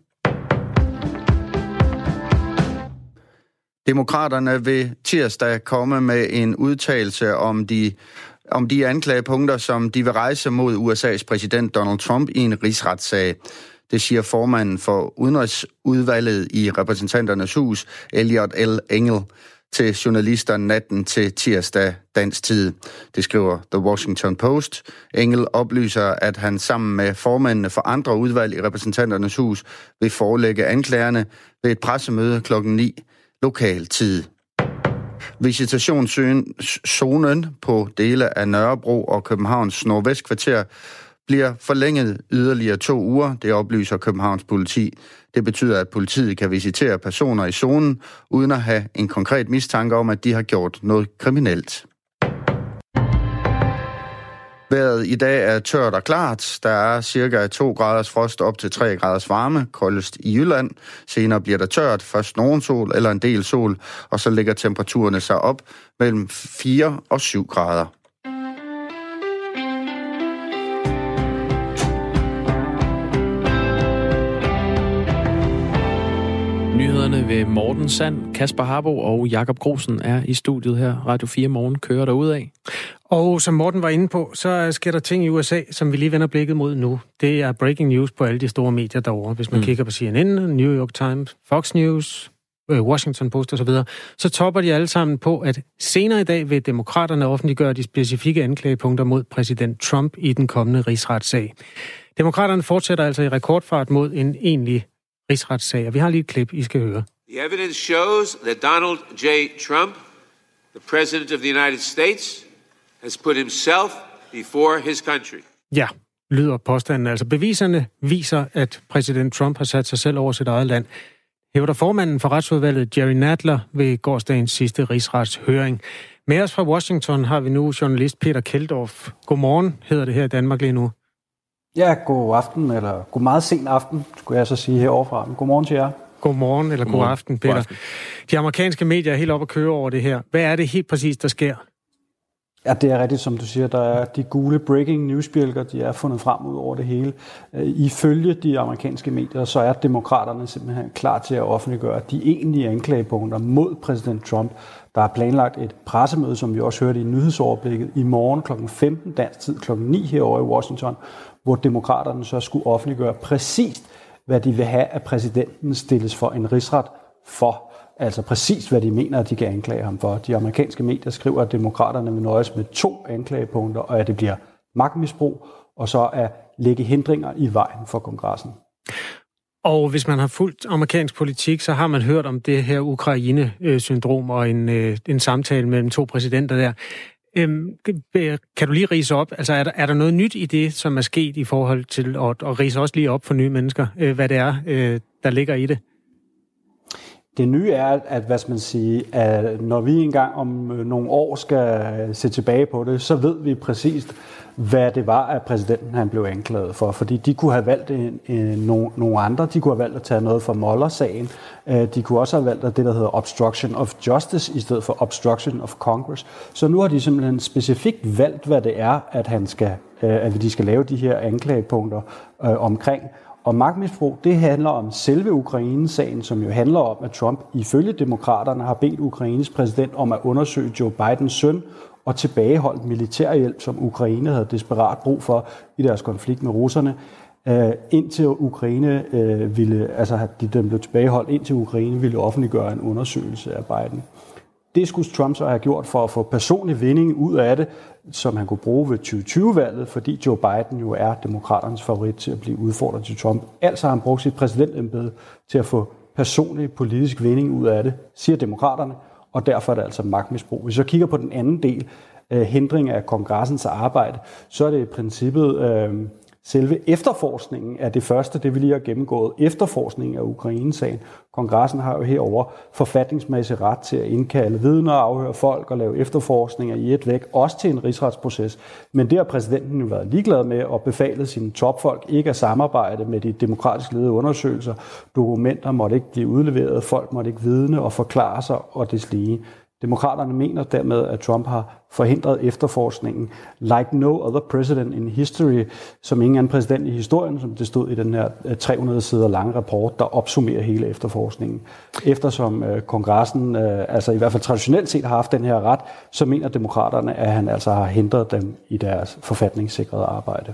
Demokraterne vil tirsdag komme med en udtalelse om de, om de anklagepunkter, som de vil rejse mod U S A's præsident Donald Trump i en rigsretssag. Det siger formanden for Udenrigsudvalget i Repræsentanternes Hus, Eliot L. Engel, til journalister natten til tirsdag dansk tid. Det skriver The Washington Post. Engel oplyser, at han sammen med formændene for andre udvalg i Repræsentanternes Hus vil forelægge anklagerne ved et pressemøde klokken ni lokal tid. Visitationszonen på dele af Nørrebro og Københavns nordvestkvarter bliver forlænget yderligere to uger, det oplyser Københavns politi. Det betyder, at politiet kan visitere personer i zonen, uden at have en konkret mistanke om, at de har gjort noget kriminelt. Vejret i dag er tørt og klart. Der er cirka to graders frost op til tre graders varme, koldest i Jylland. Senere bliver der tørt, først nogen sol eller en del sol, og så ligger temperaturerne sig op mellem fire og syv grader. Nyhederne ved Morten Sand, Kasper Harbo og Jakob Grosen er i studiet her. Radio fire Morgen kører derudad. Og som Morten var inde på, så sker der ting i U S A, som vi lige vender blikket mod nu. Det er breaking news på alle de store medier derovre. Hvis man mm. kigger på C N N, New York Times, Fox News, Washington Post osv., så, så topper de alle sammen på, at senere i dag vil demokraterne offentliggøre de specifikke anklagepunkter mod præsident Trump i den kommende rigsretssag. Demokraterne fortsætter altså i rekordfart mod en egentlig rigsretssag, og vi har lige et klip, I skal høre. The evidence shows that Donald J. Trump, the president of the United States, has put himself before his country. Ja, lyder påstanden. Altså beviserne viser, at præsident Trump har sat sig selv over sit eget land. Hævder formanden for retsudvalget Jerry Nadler ved gårsdagens sidste rigsretshøring. Med os fra Washington har vi nu journalist Peter Keldorf. Godmorgen hedder det her i Danmark lige nu. Ja, god aften, eller god meget sen aften, skulle jeg så sige heroverfra. Men godmorgen til jer. Godmorgen, eller god aften, Peter. God aften. De amerikanske medier er helt oppe at køre over det her. Hvad er det helt præcis, der sker? Ja, det er rigtigt, som du siger. Der er de gule breaking news-bjælker, de er fundet frem ud over det hele. Ifølge de amerikanske medier, så er demokraterne simpelthen klar til at offentliggøre de egentlige anklagepunkter mod præsident Trump. Der er planlagt et pressemøde, som vi også hørte i nyhedsoverblikket, i morgen klokken femten dansk tid, klokken ni herovre i Washington, hvor demokraterne så skulle offentliggøre præcis, hvad de vil have, at præsidenten stilles for en rigsret for. Altså præcis, hvad de mener, at de kan anklage ham for. De amerikanske medier skriver, at demokraterne vil nøjes med to anklagepunkter, og at det bliver magtmisbrug, og så at lægge hindringer i vejen for kongressen. Og hvis man har fulgt amerikansk politik, så har man hørt om det her Ukraine-syndrom og en, en samtale mellem to præsidenter der. Kan du lige rise op? Altså er der, er der noget nyt i det, som er sket i forhold til at, at rise også lige op for nye mennesker, hvad det er, der ligger i det? Det nye er, at hvad skal man sige, at når vi engang om nogle år skal se tilbage på det, så ved vi præcist, hvad det var, at præsidenten han blev anklaget for. Fordi de kunne have valgt en, en, nogle, nogle andre. De kunne have valgt at tage noget fra Mueller-sagen. De kunne også have valgt det, der hedder obstruction of justice, i stedet for obstruction of Congress. Så nu har de simpelthen specifikt valgt, hvad det er, at, han skal, at de skal lave de her anklagepunkter øh, omkring. Og magtmisbrug, det handler om selve Ukraine-sagen, som jo handler om, at Trump ifølge demokraterne har bedt Ukraines præsident om at undersøge Joe Bidens søn og tilbageholdt militærhjælp, som Ukraine havde desperat brug for i deres konflikt med russerne, øh, indtil Ukraine øh, ville, altså de dem blev tilbageholdt, indtil Ukraine ville offentliggøre en undersøgelse af Biden. Det skulle Trump så have gjort for at få personlig vinding ud af det, som han kunne bruge ved tyve tyve-valget, fordi Joe Biden jo er demokraternes favorit til at blive udfordret til Trump. Altså har han brugt sit præsidentembede til at få personlig politisk vinding ud af det, siger demokraterne, og derfor er det altså magtmisbrug. Hvis vi så kigger på den anden del, øh, hindring af kongressens arbejde, så er det i princippet øh, selve efterforskningen af det første, det vi lige har gennemgået, efterforskningen af Ukraine-sagen. Kongressen har jo herover forfatningsmæssig ret til at indkalde vidner, afhøre folk og lave efterforskninger i et væk, også til en rigsretsproces. Men det har præsidenten jo været ligeglad med og befalet sine topfolk ikke at samarbejde med de demokratisk ledede undersøgelser. Dokumenter måtte ikke blive udleveret, folk måtte ikke vidne og forklare sig og deslige. Demokraterne mener dermed, at Trump har forhindret efterforskningen like no other president in history, som ingen anden præsident i historien, som det stod i den her tre hundrede sider lange rapport, der opsummerer hele efterforskningen. Eftersom øh, kongressen, øh, altså i hvert fald traditionelt set, har haft den her ret, så mener demokraterne, at han altså har hindret dem i deres forfatningssikrede arbejde.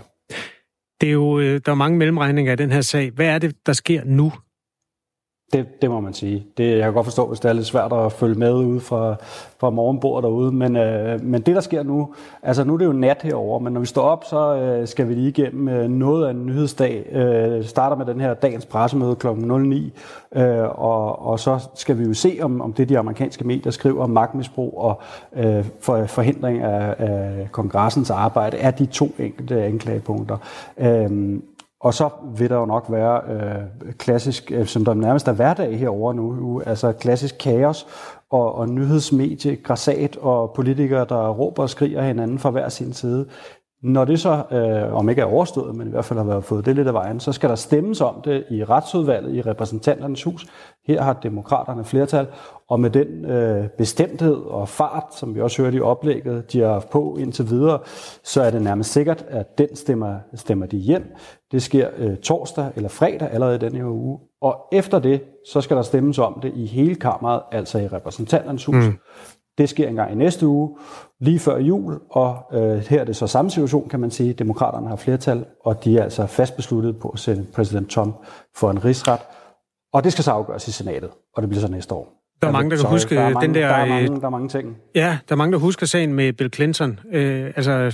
Det er jo, øh, der er mange mellemregninger i den her sag. Hvad er det, der sker nu? Det, det må man sige. Det, jeg kan godt forstå, hvis det er lidt svært at følge med ude fra, fra morgenbordet derude, men, øh, men det, der sker nu, altså nu er det jo nat herover, men når vi står op, så øh, skal vi lige igennem øh, noget af en nyhedsdag. Øh, starter med den her dagens pressemøde klokken nul ni, øh, og, og så skal vi jo se, om, om det, de amerikanske medier skriver om magtmisbrug og øh, for, forhindring af, af kongressens arbejde, er de to enkelte anklagepunkter. Øh, Og så vil der jo nok være øh, klassisk, øh, som der nærmest er hverdag herovre nu, altså klassisk kaos og, og nyhedsmedie, græsat og politikere, der råber og skriger hinanden fra hver sin side. Når det så, øh, om ikke er overstået, men i hvert fald har været fået det lidt af vejen, så skal der stemmes om det i retsudvalget i repræsentanternes hus. Her har demokraterne flertal, og med den øh, bestemthed og fart, som vi også hørte i oplægget, de har haft på indtil videre, så er det nærmest sikkert, at den stemmer, stemmer de hjem. Det sker øh, torsdag eller fredag allerede i den her uge. Og efter det, så skal der stemmes om det i hele kammeret, altså i repræsentanternes hus. Mm. Det sker engang i næste uge, lige før jul, og øh, her er det så samme situation, kan man sige. Demokraterne har flertal, og de er altså fast besluttet på at sætte præsident Trump for en rigsret. Og det skal så afgøres i senatet, og det bliver så næste år. Der er mange, der kan Sorry, huske der mange, den der... Der er, mange, der er mange ting. Ja, der er mange, der husker sagen med Bill Clinton. Øh, altså,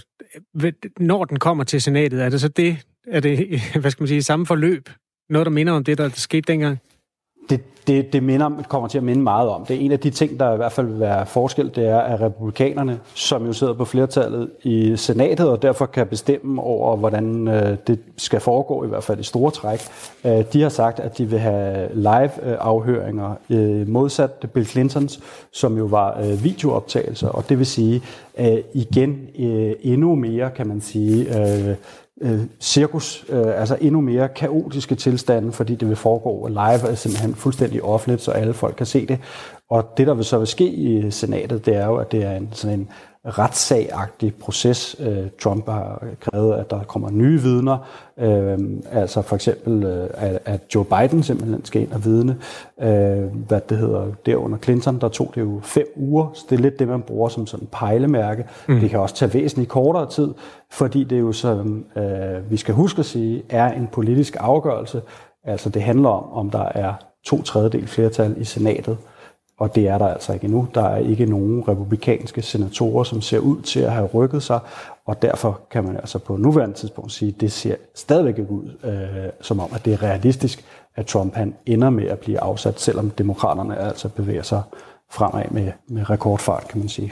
når den kommer til senatet, er det så det, er det, hvad skal man sige, samme forløb? Noget, der minder om det, der skete dengang? Det, det, det minder, kommer til at minde meget om. Det er en af de ting, der i hvert fald vil være forskel, det er, at republikanerne, som jo sidder på flertallet i senatet, og derfor kan bestemme over, hvordan øh, det skal foregå, i hvert fald i store træk, øh, de har sagt, at de vil have live-afhøringer øh, modsat Bill Clintons, som jo var øh, videooptagelser, og det vil sige øh, igen øh, endnu mere, kan man sige, øh, Øh, cirkus, øh, altså endnu mere kaotiske tilstande, fordi det vil foregå live, simpelthen fuldstændig offentligt, så alle folk kan se det. Og det, der vil så vil ske i senatet, det er jo, at det er en sådan en retssagagtig proces. Øh, Trump har krævet, at der kommer nye vidner, øh, altså for eksempel, øh, at Joe Biden simpelthen skal ind og vidne. Øh, hvad det hedder, der under Clinton, der tog det jo fem uger, så det er lidt det, man bruger som sådan pejlemærke. Mm. Det kan også tage væsentligt kortere tid, fordi det er jo, som øh, vi skal huske at sige, er en politisk afgørelse. Altså det handler om, om der er to tredjedel flertal i senatet, og det er der altså ikke endnu. Der er ikke nogen republikanske senatorer, som ser ud til at have rykket sig, og derfor kan man altså på nuværende tidspunkt sige, at det ser stadigvæk ikke ud, øh, som om, at det er realistisk, at Trump han ender med at blive afsat, selvom demokraterne altså bevæger sig fremad med, med rekordfart, kan man sige.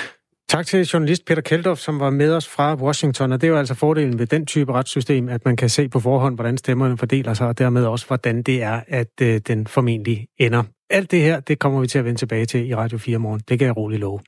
Tak til journalist Peter Keldorf, som var med os fra Washington, og det er jo altså fordelen ved den type retssystem, at man kan se på forhånd, hvordan stemmerne fordeler sig, og dermed også, hvordan det er, at øh, den formentlig ender. Alt det her, det kommer vi til at vende tilbage til i Radio fire morgen. Det kan jeg roligt love.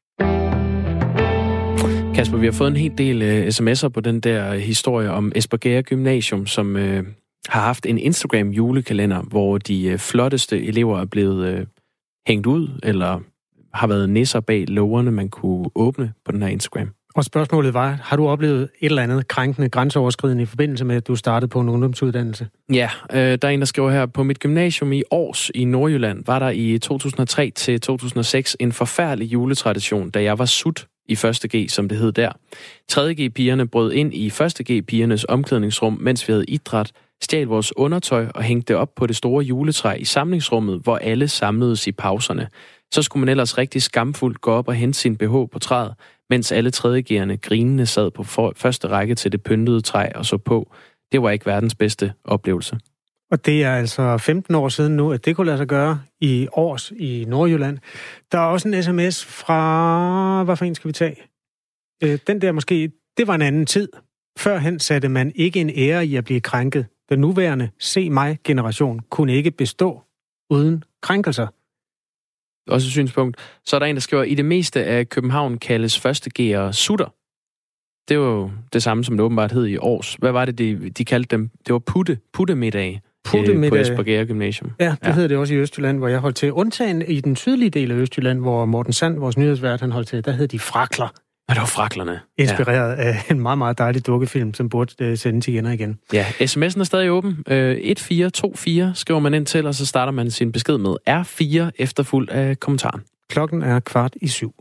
Kasper, vi har fået en hel del uh, sms'er på den der historie om Espergærde Gymnasium, som uh, har haft en Instagram-julekalender, hvor de uh, flotteste elever er blevet uh, hængt ud, eller har været nisser bag lågerne, man kunne åbne på den her Instagram. Og spørgsmålet var, har du oplevet et eller andet krænkende, grænseoverskridende i forbindelse med, at du startede på en ungdomsuddannelse? Ja, øh, der er en, der skriver her, på mit gymnasium i Aars i Nordjylland var der i to tusind og tre til to tusind og seks en forfærdelig juletradition, da jeg var sut i første G, som det hed der. tredje G-pigerne brød ind i første G-pigernes omklædningsrum, mens vi havde idræt, stjal vores undertøj og hængte det op på det store juletræ i samlingsrummet, hvor alle samledes i pauserne. Så skulle man ellers rigtig skamfuldt gå op og hente sin B H på træet, mens alle tredjegeerne grinende sad på for, første række til det pyntede træ og så på. Det var ikke verdens bedste oplevelse. Og det er altså femten år siden nu, at det kunne lade sig gøre i Års i Nordjylland. Der er også en sms fra... Hvad for en skal vi tage? Øh, den der måske... Det var en anden tid. Førhen satte man ikke en ære i at blive krænket. Den nuværende se mig-generation kunne ikke bestå uden krænkelser. Også et synspunkt. Så er der en, der skriver, i det meste af København kaldes første G'ere sutter. Det var jo det samme, som det åbenbart hed i Års. Hvad var det, de, de kaldte dem? Det var putte, puttemiddag putte på Espergærde Gymnasium. Ja, det ja. hedder det også i Østjylland, hvor jeg holdt til. Undtagen i den sydlige del af Østjylland, hvor Morten Sand, vores nyhedsvært, han holdt til, der hed de frakler. Ja, det var fraklerne. Inspireret ja. af en meget, meget dejlig dukkefilm, som burde uh, sendes igen og igen. Ja, sms'en er stadig åben. Uh, et fire to fire skriver man ind til, og så starter man sin besked med R fire efterfulgt af kommentaren. Klokken er kvart i syv.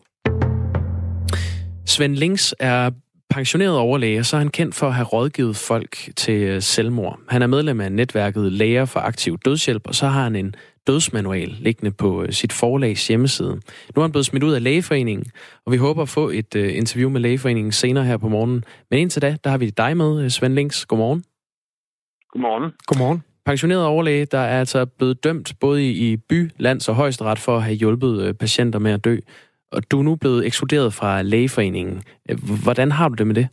Svend Links er pensioneret overlæge, så er han kendt for at have rådgivet folk til selvmord. Han er medlem af netværket Læger for Aktiv Dødshjælp, og så har han en dødsmanual liggende på sit forlags hjemmeside. Nu er han blevet smidt ud af Lægeforeningen, og vi håber at få et uh, interview med Lægeforeningen senere her på morgenen. Men indtil da, der har vi dig med, Svend Links. Godmorgen. Godmorgen. Godmorgen. Pensioneret overlæge, der er altså blevet dømt både i by, lands og højesteret for at have hjulpet patienter med at dø. Og du er nu blevet ekskluderet fra Lægeforeningen. Hvordan har du det med det?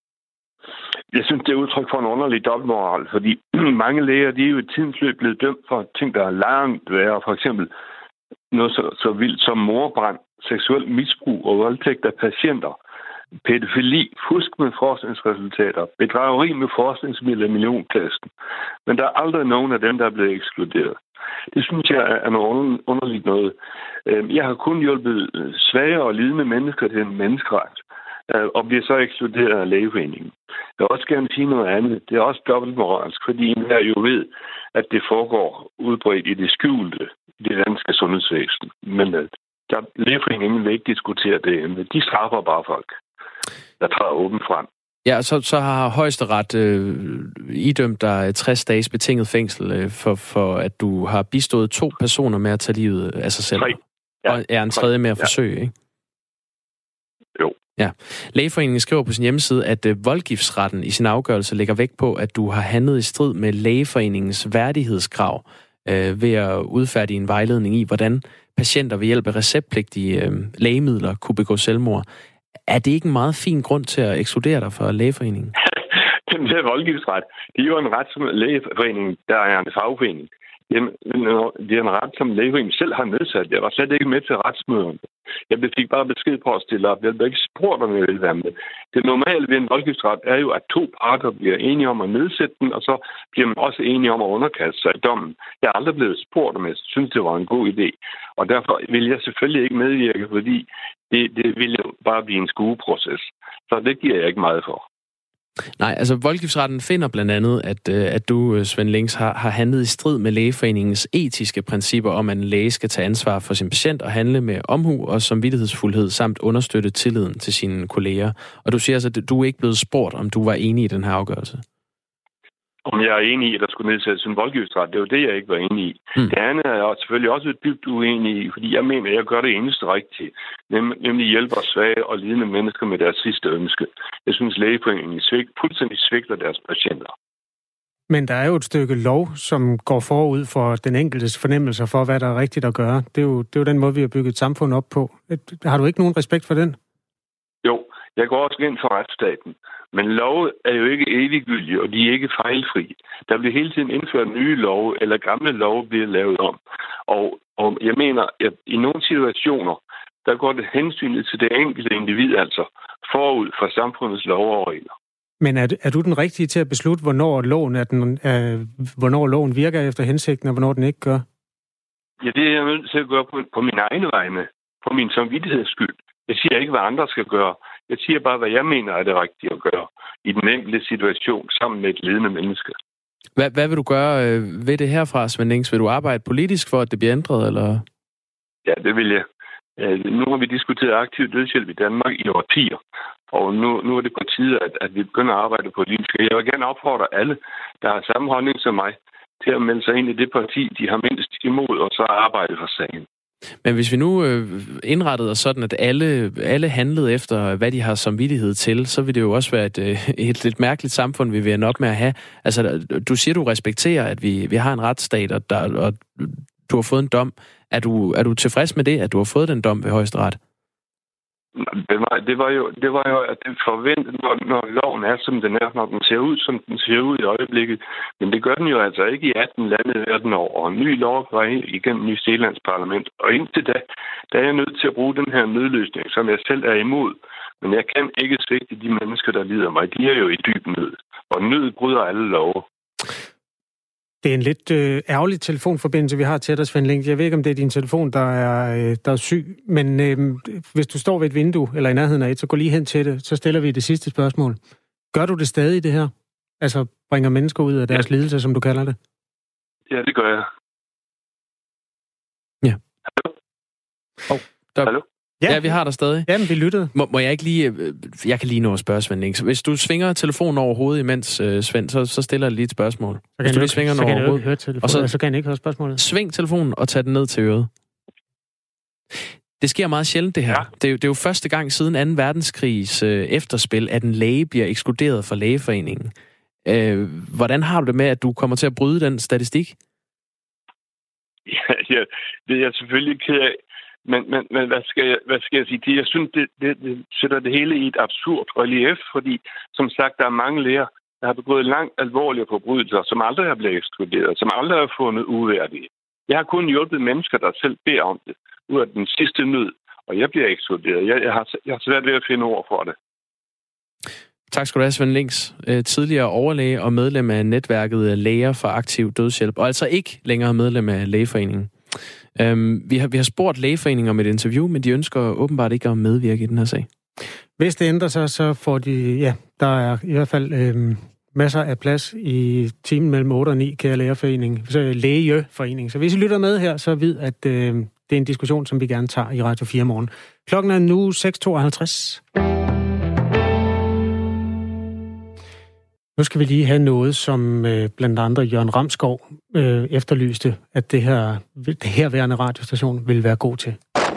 Jeg synes, det er udtryk for en underlig dobbeltmoral, fordi mange læger, de er jo i tidens løb blevet dømt for ting, der er langt værre. For eksempel noget så, så vildt som mordbrand, seksuel misbrug og voldtægt af patienter, pædofili, fusk med forskningsresultater, bedrageri med forskningsmidler i millionklassen. Men der er aldrig nogen af dem, der er blevet ekskluderet. Det synes jeg er noget underligt noget. Jeg har kun hjulpet svage og lidende mennesker til en menneskeret, og bliver så ekskluderet af Lægeforeningen. Jeg vil også gerne sige noget andet. Det er også dobbeltmoralsk, fordi enhver jo ved, at det foregår udbredt i det skjulte i det danske sundhedsvæsen. Men der, Lægeforeningen vil ikke diskutere det. De straffer bare folk, der træder åbent frem. Ja, så, så har Højesteret øh, idømt dig tres dages betinget fængsel øh, for, for, at du har bistået to personer med at tage livet af sig selv. Ja, og er en tredje med at forsøge, ja. Ikke? Jo. Ja. Lægeforeningen skriver på sin hjemmeside, at øh, voldgiftsretten i sin afgørelse lægger vægt på, at du har handlet i strid med Lægeforeningens værdighedskrav øh, ved at udfærdige en vejledning i, hvordan patienter ved hjælp af receptpligtige øh, lægemidler kunne begå selvmord. Er det ikke en meget fin grund til at ekskludere dig fra Lægeforeningen? Den der voldgiftsret, det er jo en ret, som Lægeforeningen, der er en fagforening. Det er en ret, som Lægeforeningen selv har nedsat. Jeg var slet ikke med til retsmøderne. Jeg fik bare besked på at stille op. Jeg blev ikke spurgt, om jeg ville være med. Det normale ved en voldgiftsret er jo, at to parter bliver enige om at nedsætte den, og så bliver man også enige om at underkaste sig i dommen. Jeg er aldrig blevet spurgt, om jeg synes, det var en god idé. Og derfor vil jeg selvfølgelig ikke medvirke, fordi det, det vil jo bare blive en skueproces. Så det giver jeg ikke meget for. Nej, altså voldgiftsretten finder blandt andet, at, at du, Svend Links, har, har handlet i strid med Lægeforeningens etiske principper om, at en læge skal tage ansvar for sin patient og handle med omhu og samvittighedsfuldhed samt understøtte tilliden til sine kolleger. Og du siger altså, at du er ikke blevet spurgt, om du var enig i den her afgørelse. Om jeg er enig i, at der skulle nedsættes en voldgiftsret, det var det, jeg ikke var enig i. Mm. Det andet er jeg selvfølgelig også dybt uenig i, fordi jeg mener, at jeg gør det eneste rigtige, nem- nemlig hjælper svage og lidende mennesker med deres sidste ønske. Jeg synes, Lægeforeningen svigt, fuldstændig svigter deres patienter. Men der er jo et stykke lov, som går forud for den enkeltes fornemmelser for, hvad der er rigtigt at gøre. Det er jo, det er jo den måde, vi har bygget et samfund op på. Har du ikke nogen respekt for den? Jo, jeg går også ind for retsstaten. Men love er jo ikke eviggyldige, og de er ikke fejlfri. Der bliver hele tiden indført nye love, eller gamle love bliver lavet om. Og, og jeg mener, at i nogle situationer, der går det hensynet til det enkelte individ, altså forud for samfundets lov og regler. Men er, er du den rigtige til at beslutte, hvornår loven, er den, øh, hvornår loven virker efter hensigten, og hvornår den ikke gør? Ja, det er jeg nødt til at gøre på, på min egne vegne, på min samvittigheds skyld. Jeg siger ikke, hvad andre skal gøre. Jeg siger bare, hvad jeg mener er det rigtige at gøre i den enkelte situation sammen med et lidende menneske. Hvad, hvad vil du gøre øh, ved det herfra, Svend Links? Vil du arbejde politisk for, at det bliver ændret, eller? Ja, det vil jeg. Øh, nu har vi diskuteret aktiv dødshjælp i Danmark i årtier. Og nu, nu er det på tide, at, at vi begynder at arbejde politisk. Jeg vil gerne opfordre alle, der har samme holdning som mig, til at melde sig ind i det parti, de har mindst imod, og så arbejde for sagen. Men hvis vi nu øh, indrettede os sådan, at alle, alle handlede efter, hvad de har samvittighed til, så vil det jo også være et, et lidt mærkeligt samfund, vi vil ende op med at have. Altså, du siger, du respekterer, at vi, vi har en retsstat, og, der, og du har fået en dom. Er du, er du tilfreds med det, at du har fået den dom ved Højesteret? Det var, det var jo, det var jo at det forventet, når, når loven er, som den er, når den ser ud, som den ser ud i øjeblikket. Men det gør den jo altså ikke i atten lande verden over. Og en ny lov var igennem New Zealands parlament. Og indtil da, der er jeg nødt til at bruge den her nødløsning, som jeg selv er imod. Men jeg kan ikke svigte de mennesker, der lider mig. De er jo i dyb nød. Og nød bryder alle love. Det er en lidt øh, ærgerlig telefonforbindelse, vi har til dig, Svend Link. Jeg ved ikke, om det er din telefon, der er, øh, der er syg, men øh, hvis du står ved et vindue, eller i nærheden af et, så gå lige hen til det, så stiller vi det sidste spørgsmål. Gør du det stadig, det her? Altså bringer mennesker ud af deres ja. lidelse, som du kalder det? Ja, det gør jeg. Ja. Hallo? Oh, der... Hallo? Ja, ja, vi har dig stadig. Jamen, vi lyttede. Må, må jeg ikke lige... Jeg kan lige nå at spørge, Svend Link. Hvis du svinger telefonen over hovedet imens, uh, Svend, så, så stiller jeg lige et spørgsmål. Så kan Hvis du lige svinger den over over hovedet, høre telefonen, og så, så kan jeg ikke høre spørgsmålet. Sving telefonen og tag den ned til øret. Det sker meget sjældent, det her. Ja. Det, er jo, det er jo første gang siden anden verdenskrigs øh, efterspil, at en læge bliver ekskluderet fra lægeforeningen. Øh, hvordan har du det med, at du kommer til at bryde den statistik? Ja, ja det er jeg selvfølgelig ked af. Men, men, men hvad, skal jeg, hvad skal jeg sige? Jeg synes, det, det, det sætter det hele i et absurd relief, fordi som sagt, der er mange læger, der har begået langt alvorlige forbrydelser, som aldrig har blevet ekskluderet, som aldrig har fundet uværdige. Jeg har kun hjulpet mennesker, der selv beder om det, ud af den sidste nød, og jeg bliver ekskluderet. Jeg, jeg, har, jeg har svært ved at finde ord for det. Tak skal du have, Svend Links, tidligere overlæge og medlem af netværket Læger for Aktiv Dødshjælp, og altså ikke længere medlem af Lægeforeningen. Um, vi, har, vi har spurgt Lægeforeningen om et interview, men de ønsker åbenbart ikke at medvirke i den her sag. Hvis det ændrer sig, så får de... Ja, der er i hvert fald øhm, masser af plads i timen mellem otte og ni, kære Lægeforening. Så Lægeforening. Så hvis I lytter med her, så ved, at øh, det er en diskussion, som vi gerne tager i Radio fire morgen. Klokken er nu seks tooghalvtreds. Nu skal vi lige have noget, som øh, blandt andre Jørgen Ramskov øh, efterlyste, at det her, det her værende radiostation vil være god til.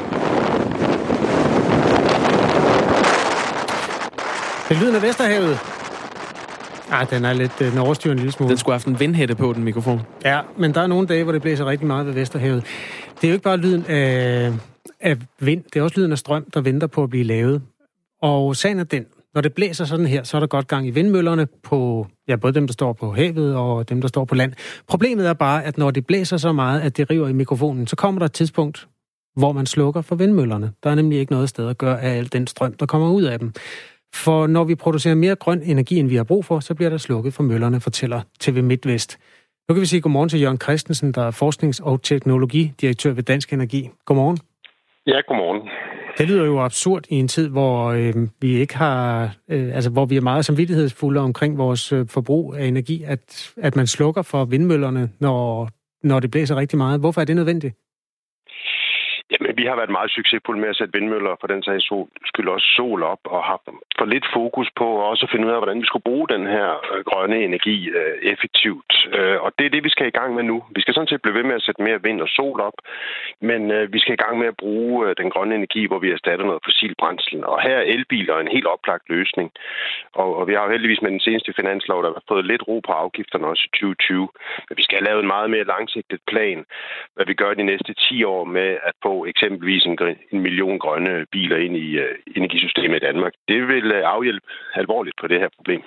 Det er lyden af Vesterhavet. Ah, den er lidt, den overstyrer en lille smule. Den skulle have haft en vindhætte på, den mikrofon. Ja, men der er nogle dage, hvor det blæser rigtig meget ved Vesterhavet. Det er jo ikke bare lyden af, af vind, det er også lyden af strøm, der venter på at blive lavet. Og sagen er den, når det blæser sådan her, så er der godt gang i vindmøllerne på, ja, både dem, der står på havet og dem, der står på land. Problemet er bare, at når det blæser så meget, at det river i mikrofonen, så kommer der et tidspunkt, hvor man slukker for vindmøllerne. Der er nemlig ikke noget sted at gøre af al den strøm, der kommer ud af dem. For når vi producerer mere grøn energi, end vi har brug for, så bliver der slukket for møllerne, fortæller T V MidtVest. Nu kan vi sige godmorgen til Jørgen Christensen, der er forsknings- og teknologidirektør ved Dansk Energi. Godmorgen. Ja, godmorgen. Det lyder jo absurd i en tid, hvor øh, vi ikke har, øh, altså hvor vi er meget samvittighedsfulde omkring vores øh, forbrug af energi, at, at man slukker for vindmøllerne, når, når det blæser rigtig meget. Hvorfor er det nødvendigt? Jamen, vi har været meget succesfulde med at sætte vindmøller, for den sags skyld også sol op, og har for lidt fokus på også at finde ud af, hvordan vi skulle bruge den her grønne energi øh, effektivt. Øh, og det er det, vi skal i gang med nu. Vi skal sådan set blive ved med at sætte mere vind og sol op, men øh, vi skal i gang med at bruge øh, den grønne energi, hvor vi erstatter noget fossil brændsel. Og her er elbiler en helt oplagt løsning. Og, og vi har jo heldigvis med den seneste finanslov, der har fået lidt ro på afgifterne også i tyve tyve. Men vi skal have lavet en meget mere langsigtet plan, hvad vi gør de næste ti år med at få eksempelvis en, en million grønne biler ind i uh, energisystemet i Danmark. Det vil uh, afhjælpe alvorligt på det her problem.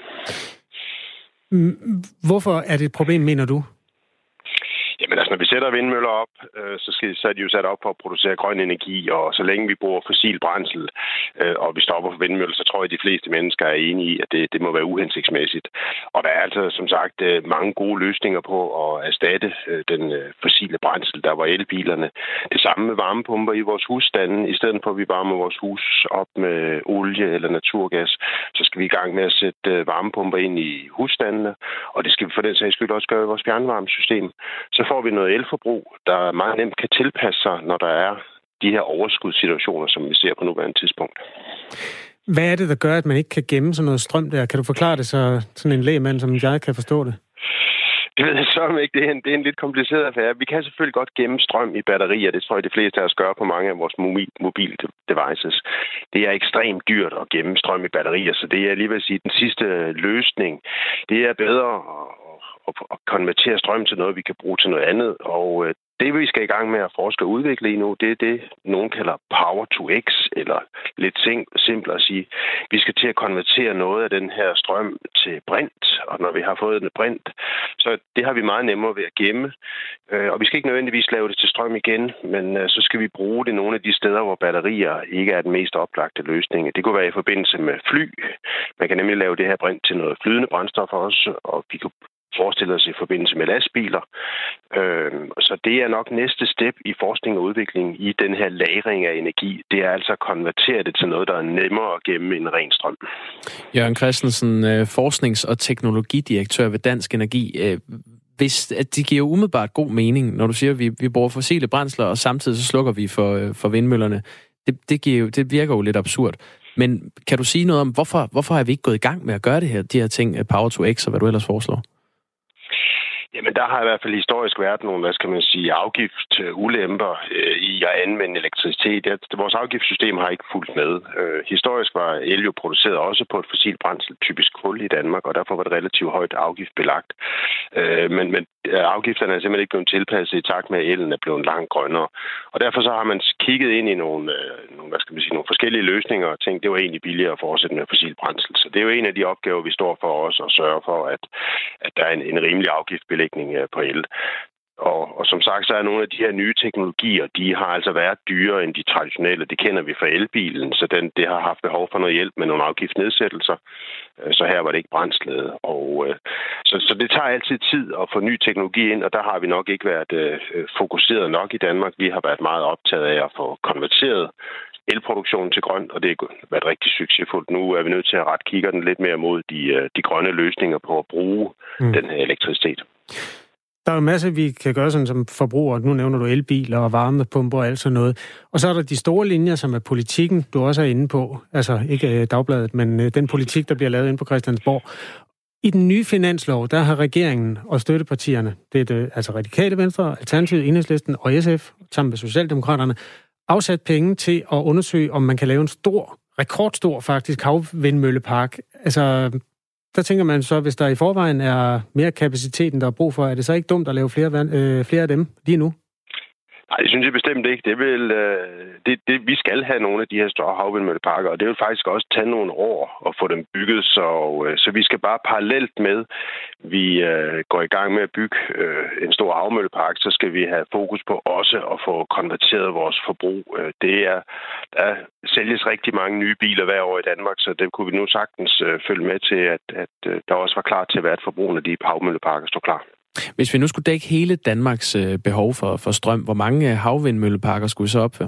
Hvorfor er det et problem, mener du? Jamen altså, når vi sætter vindmøller op, øh, så, skal, så er de jo sat op for at producere grøn energi, og så længe vi bruger fossil brændsel, øh, og vi stopper for vindmøller, så tror jeg, at de fleste mennesker er enige i, at det, det må være uhensigtsmæssigt. Og der er altså, som sagt, mange gode løsninger på at erstatte øh, den øh, fossile brændsel, der var elbilerne. Det samme med varmepumper i vores husstande. I stedet for, at vi varmer vores hus op med olie eller naturgas, så skal vi i gang med at sætte øh, varmepumper ind i husstandene, og det skal vi for den sags skyld også gøre i vores fjernvarmesystem. Så får vi noget elforbrug, der meget nemt kan tilpasse sig, når der er de her overskudssituationer, som vi ser på nuværende tidspunkt. Hvad er det, der gør, at man ikke kan gemme sådan noget strøm der? Kan du forklare det, så sådan en lægmand som jeg kan forstå det? Det ved jeg så ikke. Det er, en, det er en lidt kompliceret affære. Vi kan selvfølgelig godt gemme strøm i batterier. Det tror jeg, de fleste af os gør på mange af vores mobile devices. Det er ekstremt dyrt at gemme strøm i batterier, så det er lige ved at sige, den sidste løsning. Det er bedre at, at konvertere strøm til noget, vi kan bruge til noget andet. Og det, vi skal i gang med at forske og udvikle i nu, det er det, nogen kalder power to x, eller lidt simplere at sige. Vi skal til at konvertere noget af den her strøm til brint, og når vi har fået den brint, så det har vi meget nemmere ved at gemme. Og vi skal ikke nødvendigvis lave det til strøm igen, men så skal vi bruge det nogle af de steder, hvor batterier ikke er den mest oplagte løsning. Det kunne være i forbindelse med fly. Man kan nemlig lave det her brint til noget flydende brændstof også, og vi kan forestiller sig i forbindelse med lastbiler. Øh, så det er nok næste step i forskning og udvikling i den her lagring af energi. Det er altså at konvertere det til noget, der er nemmere at gemme en ren strøm. Jørgen Christensen, forsknings- og teknologidirektør ved Dansk Energi. Hvis, at det giver jo umiddelbart god mening, når du siger, at vi, vi bruger fossile brændsler, og samtidig så slukker vi for, for vindmøllerne. Det, det, giver jo, det virker jo lidt absurd. Men kan du sige noget om, hvorfor, hvorfor har vi ikke gået i gang med at gøre det her, de her ting, Power to X og hvad du ellers foreslår? Jamen, der har i hvert fald historisk været nogle, hvad skal man sige, afgiftsulemper øh, i at anvende elektricitet. Ja, vores afgiftssystem har ikke fulgt med. Øh, historisk var el jo produceret også på et fossilt brændsel, typisk kul i Danmark, og derfor var det relativt højt afgiftbelagt. Øh, men, men afgifterne er simpelthen ikke blevet tilpasset i takt med, at elen er blevet langt grønnere. Og derfor så har man kigget ind i nogle, øh, nogle, hvad skal man sige, nogle forskellige løsninger og tænkt, det var egentlig billigere at fortsætte med fossilt brændsel. Så det er jo en af de opgaver, vi står for os at sørge for, at, at der er en, en rimelig afgiftbelægning på el. Og, og som sagt, så er nogle af de her nye teknologier, de har altså været dyrere end de traditionelle. Det kender vi fra elbilen, så den, det har haft behov for noget hjælp med nogle afgiftsnedsættelser. Så her var det ikke brændslet. Og, så, så det tager altid tid at få ny teknologi ind, og der har vi nok ikke været øh, fokuseret nok i Danmark. Vi har været meget optaget af at få konverteret elproduktionen til grøn, og det har været rigtig succesfuldt. Nu er vi nødt til at rette kiggerten lidt mere mod de, de grønne løsninger på at bruge mm. den her elektricitet. Der er jo masser, vi kan gøre sådan som forbrugere. Nu nævner du elbiler og varmepumper og alt sådan noget. Og så er der de store linjer, som er politikken, du også er inde på. Altså ikke Dagbladet, men den politik, der bliver lavet inde på Christiansborg. I den nye finanslov, der har regeringen og støttepartierne, det er det, altså Radikale Venstre, Alternativet, Enhedslisten og S F, sammen med Socialdemokraterne, afsat penge til at undersøge, om man kan lave en stor, rekordstor faktisk, havvindmøllepark. Altså, der tænker man så, hvis der i forvejen er mere kapacitet, end der er brug for, er det så ikke dumt at lave flere, øh, flere af dem lige nu? Nej, det synes jeg bestemt ikke. Det vil, øh, det, det, vi skal have nogle af de her større havvindmølleparker, og det vil faktisk også tage nogle år at få dem bygget, så, øh, så vi skal bare parallelt med, vi øh, går i gang med at bygge øh, en stor havmøllepark, så skal vi have fokus på også at få konverteret vores forbrug. Det er, der sælges rigtig mange nye biler hver år i Danmark, så det kunne vi nu sagtens øh, følge med til, at, at øh, der også var klar til at være et forbrug, når de havmølleparker står klar. Hvis vi nu skulle dække hele Danmarks øh, behov for, for strøm, hvor mange havvindmølleparker skulle vi så opføre?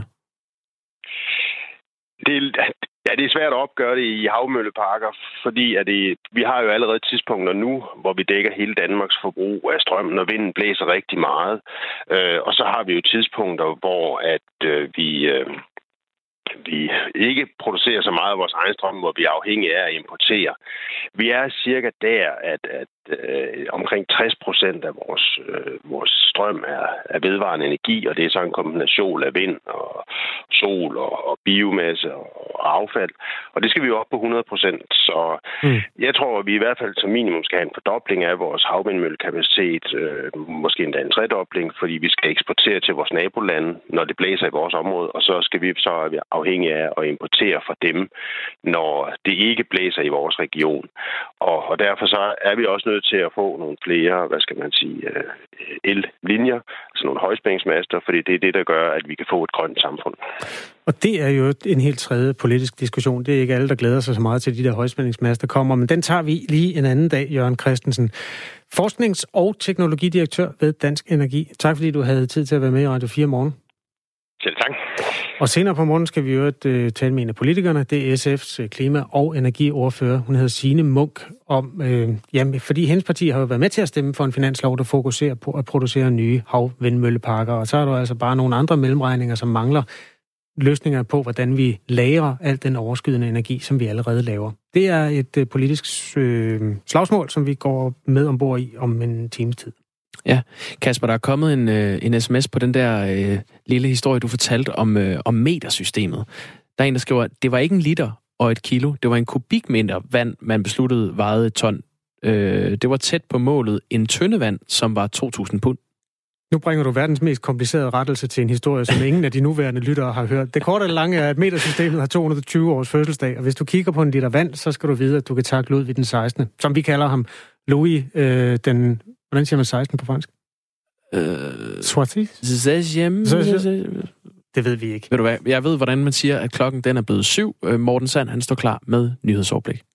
Det, ja, det er svært at opgøre det i havmølleparker, fordi at det, vi har jo allerede tidspunkter nu, hvor vi dækker hele Danmarks forbrug af strøm, når vinden blæser rigtig meget. Øh, og så har vi jo tidspunkter, hvor at øh, vi... Øh, vi ikke producerer så meget af vores egen strøm, hvor vi er afhængige af at importere. Vi er cirka der, at, at øh, omkring tres procent af vores, øh, vores strøm er, er vedvarende energi, og det er så en kombination af vind og sol og, og biomasse og affald. Og det skal vi jo op på hundrede procent. Så mm. jeg tror, at vi i hvert fald som minimum skal have en fordobling af vores havvindmøllekapacitet, øh, måske endda en tredobling, fordi vi skal eksportere til vores nabolande, når det blæser i vores område, og så skal vi så er afhængige af at importere fra dem, når det ikke blæser i vores region. Og, og derfor så er vi også nødt til at få nogle flere, hvad skal man sige, ellinjer, altså nogle højspændingsmaster, fordi det er det, der gør, at vi kan få et grønt samfund. Og det er jo en helt tredje politisk diskussion. Det er ikke alle, der glæder sig så meget til, de der højspændingsmaster kommer, men den tager vi lige en anden dag, Jørgen Christensen. Forsknings- og teknologidirektør ved Dansk Energi. Tak fordi du havde tid til at være med i Radio fire morgen. Selv tak. Og senere på morgen skal vi jo uh, tale med en af politikerne. Det er S F's klima- og energiordfører. Hun hedder Signe Munk. Om, øh, jamen, fordi hendes parti har jo været med til at stemme for en finanslov, der fokuserer på at producere nye havvindmølleparker. Og så er der altså bare nogle andre mellemregninger, som mangler. løsninger på, hvordan vi lagrer al den overskydende energi, som vi allerede laver. Det er et øh, politisk øh, slagsmål, som vi går med ombord i om en times tid. Ja, Kasper, der er kommet en, øh, en sms på den der øh, lille historie, du fortalte om, øh, om metersystemet. Der er en, der skriver, det var ikke en liter og et kilo, det var en kubikmeter vand, man besluttede vejede et ton. Øh, det var tæt på målet en tønde vand, som var to tusind pund. Nu bringer du verdens mest komplicerede rettelse til en historie, som ingen af de nuværende lyttere har hørt. Det korte og lange er, at metersystemet har to hundrede og tyve års fødselsdag, og hvis du kigger på en liter vand, så skal du vide, at du kan takke Ludvig den sekstende, som vi kalder ham Louis øh, den... Hvordan siger man seksten på fransk? Øh... Soiti? Det ved vi ikke. Ved du hvad? Jeg ved, hvordan man siger, at klokken den er blevet syv. Morten Sand, han står klar med nyhedsoverblik.